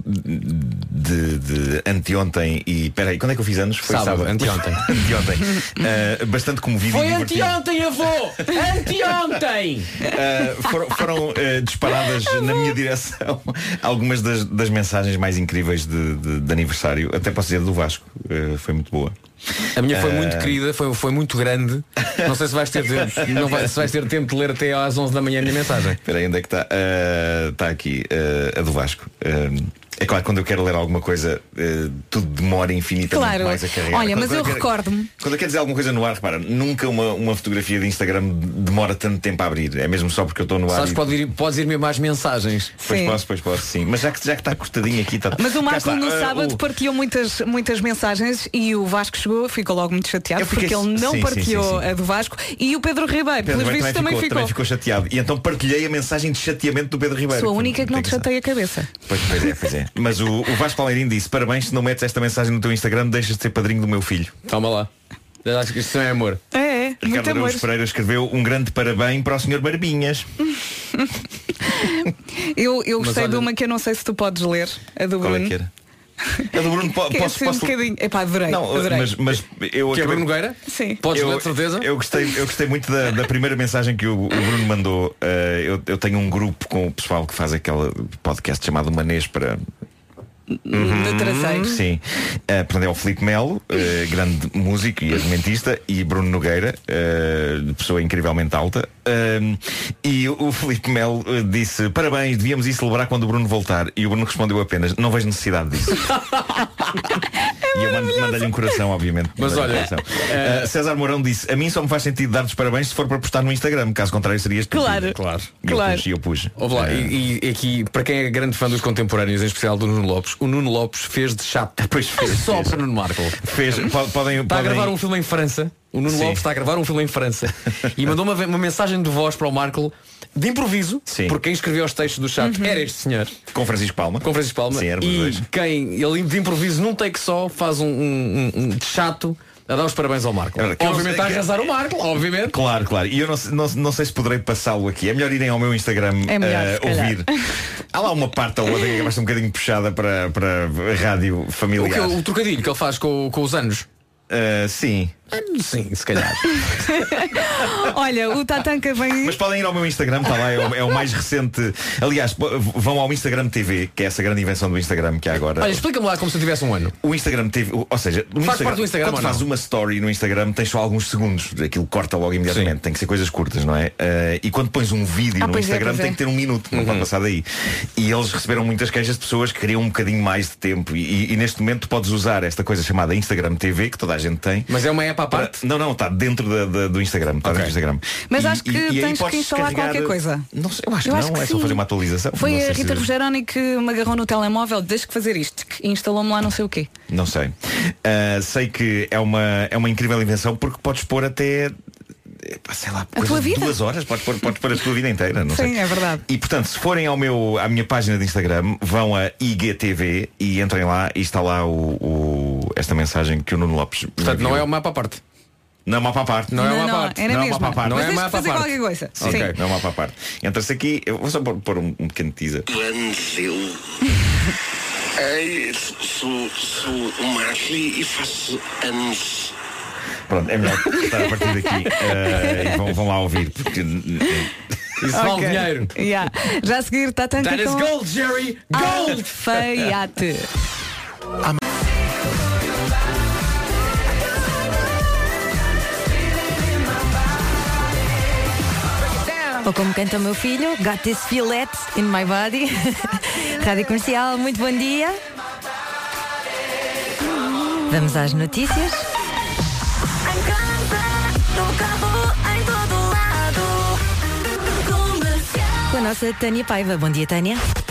de, de anteontem e peraí, quando é que eu fiz anos? Foi Sábado, sábado, anteontem. anteontem. Uh, bastante comovido Foi e divertido. anteontem, avô! Anteontem! Uh, foram foram, uh, disparadas na minha direção algumas das, das mensagens mais incríveis de, de- de aniversário, até posso dizer do Vasco. Uh, foi muito boa. A minha foi Uh, muito querida, foi, foi muito grande. Não sei se vais ter tempo, não vai, se vais ter tempo de ler até às onze da manhã a minha mensagem. Espera aí, onde é que está? Uh, Está aqui, uh, a do Vasco. Uh, é claro, quando eu quero ler alguma coisa, uh, tudo demora infinitamente Claro. mais a carregar. Olha, Quando- mas quando eu quero- recordo-me. Quando eu quero dizer alguma coisa no ar, repara, nunca uma, uma fotografia de Instagram demora tanto tempo a abrir. É mesmo só porque eu estou no ar. Sabes e- que pode ir, podes ir mesmo às mensagens. Pois Sim. posso, pois posso, sim. Mas já que, já que está cortadinho aqui, está. Mas o Cá Marco está. no Uh, sábado o- partilhou muitas, muitas mensagens e o Vasco chegou, ficou logo muito chateado Eu fiquei- porque ele não sim, sim, partilhou sim, sim. a do Vasco e o Pedro Ribeiro, Pedro pelos Ribeiro vistos, também ficou. também ficou chateado. E então partilhei a mensagem de chateamento do Pedro Ribeiro. Sou a única que não te Tem chateia a cabeça. Pois, pois é, pois é. Mas o, o Vasco Palmeirinho disse: parabéns, se não metes esta mensagem no teu Instagram, deixas de ser padrinho do meu filho. Calma lá. Eu acho que isto não é amor. É, é, muito Ricardo amor. Araújo Pereira escreveu um grande parabéns para o senhor Barbinhas. Eu, eu Mas gostei olha- de uma que eu não sei se tu podes ler, a do Qual Bruno. é que era? A do Bruno, po- Que é posso, assim posso... um bocadinho. Epá, adorei, Não, adorei. mas, mas eu Que é acabei- Bruno Nogueira? Sim. Podes eu, ler de certeza? Eu gostei, eu gostei muito da, da primeira mensagem que o, o Bruno mandou. Uh, eu, eu tenho um grupo com o pessoal que faz aquele podcast chamado Manês para. No traseiro. Sim. Uh, portanto, é o Filipe Melo, uh, grande músico e argumentista, e Bruno Nogueira, uh, pessoa incrivelmente alta. Uh, e o, o Filipe Melo uh, disse: parabéns, devíamos ir celebrar quando o Bruno voltar. E o Bruno respondeu apenas: não vejo necessidade disso. E eu mando- mandei-lhe um coração, obviamente. Mas Mandei-lhe um olha, coração. eh, Uh, César Mourão disse: a mim só me faz sentido dar-te os parabéns se for para postar no Instagram. Caso contrário, serias tu. Claro. Claro. E eu Claro. pus, e eu pus. Ouve lá, Uh, e, e aqui, para quem é grande fã dos contemporâneos, em especial do Nuno Lopes, o Nuno Lopes fez de chato. Pois fez, Só fez. para Nuno Marco. Fez, po- podem, Está a podem... gravar um filme em França. O Nuno Sim. Lopes está a gravar um filme em França. E mandou uma, uma mensagem de voz para o Marco de improviso, Sim. porque quem escreveu os textos do chat era este senhor, Com Francisco Palma. com Francisco Palma. Sim, éramos e dois. quem ele de improviso num take só faz um, um, um, um de chato a dar os parabéns ao Marco. É verdade, que eu não Obviamente sei- a arrasar o Marco, obviamente. Claro, claro. E eu não, sei- não, não sei se poderei passá-lo aqui. É melhor irem ao meu Instagram É melhor, eh, se calhar. ouvir. Há lá uma parte ou outra que vai ser um bocadinho puxada para, para a rádio O, que, familiar. o trocadilho que ele faz com, com os anos. Eh, sim. Sim, se calhar. Olha, o Tatanka vem. Mas podem ir ao meu Instagram, está lá, é o, é o mais recente. Aliás, po- vão ao Instagram T V, que é essa grande invenção do Instagram que há agora. Olha, explica-me lá como se eu tivesse um ano. O Instagram T V, o- ou seja, o Faz parte do Instagram quando ou não? fazes uma story no Instagram tens só alguns segundos, aquilo corta logo imediatamente, Sim. tem que ser coisas curtas, não é? Eh, e quando pões um vídeo Ah, no pois é, Instagram pois é. tem que ter um minuto, não pode passar daí. E eles receberam muitas queixas de pessoas que queriam um bocadinho mais de tempo. E, e- e neste momento podes usar esta coisa chamada Instagram T V, que toda a gente tem. Mas é uma app à para- parte? Não, não, está dentro da- da- do Instagram. Está Ok. dentro do Instagram. Mas E- acho que e- e aí tens que podes instalar descarregar- qualquer coisa. Não sei, eu acho Eu que acho não, que é só sim. fazer uma atualização. Foi Não a sei Rita se- Rogeroni que me agarrou no telemóvel, deixa que fazer isto, que instalou-me lá não sei o quê. Não sei. Ah, sei que é uma, é uma incrível invenção porque podes pôr até pá, sei lá, coisa tua de vida? duas horas, podes pôr, podes pôr a tua vida inteira, não Sim, sei. é verdade. E portanto, se forem ao meu, à minha página de Instagram, vão a I G T V e entrem lá e está lá o, o- esta mensagem que o Nuno Lopes me Portanto, não enviou. é o mapa à parte. Não é mapa à parte. Não é Não, uma não, parte. era Não é mesmo. uma parte. Não Mas é deixa uma de fazer parte. qualquer coisa. Ok, Sim. não é uma para a parte. Entra-se aqui, eu vou só pôr, pôr um, um pequeno teaser. Brasil. Ei, sou, sou o Marley e faço anos. Pronto, é melhor estar a partir daqui eh, e vão, vão lá ouvir porque Isso vale dinheiro. Yeah. Já a seguir, Tatanka That is com gold, Jerry! Gold! Alfaiate. Ou como canta o meu filho, Got this fillet in my body. Rádio Comercial, muito bom dia. Vamos às notícias. Com a nossa Tânia Paiva. Bom dia, Tânia.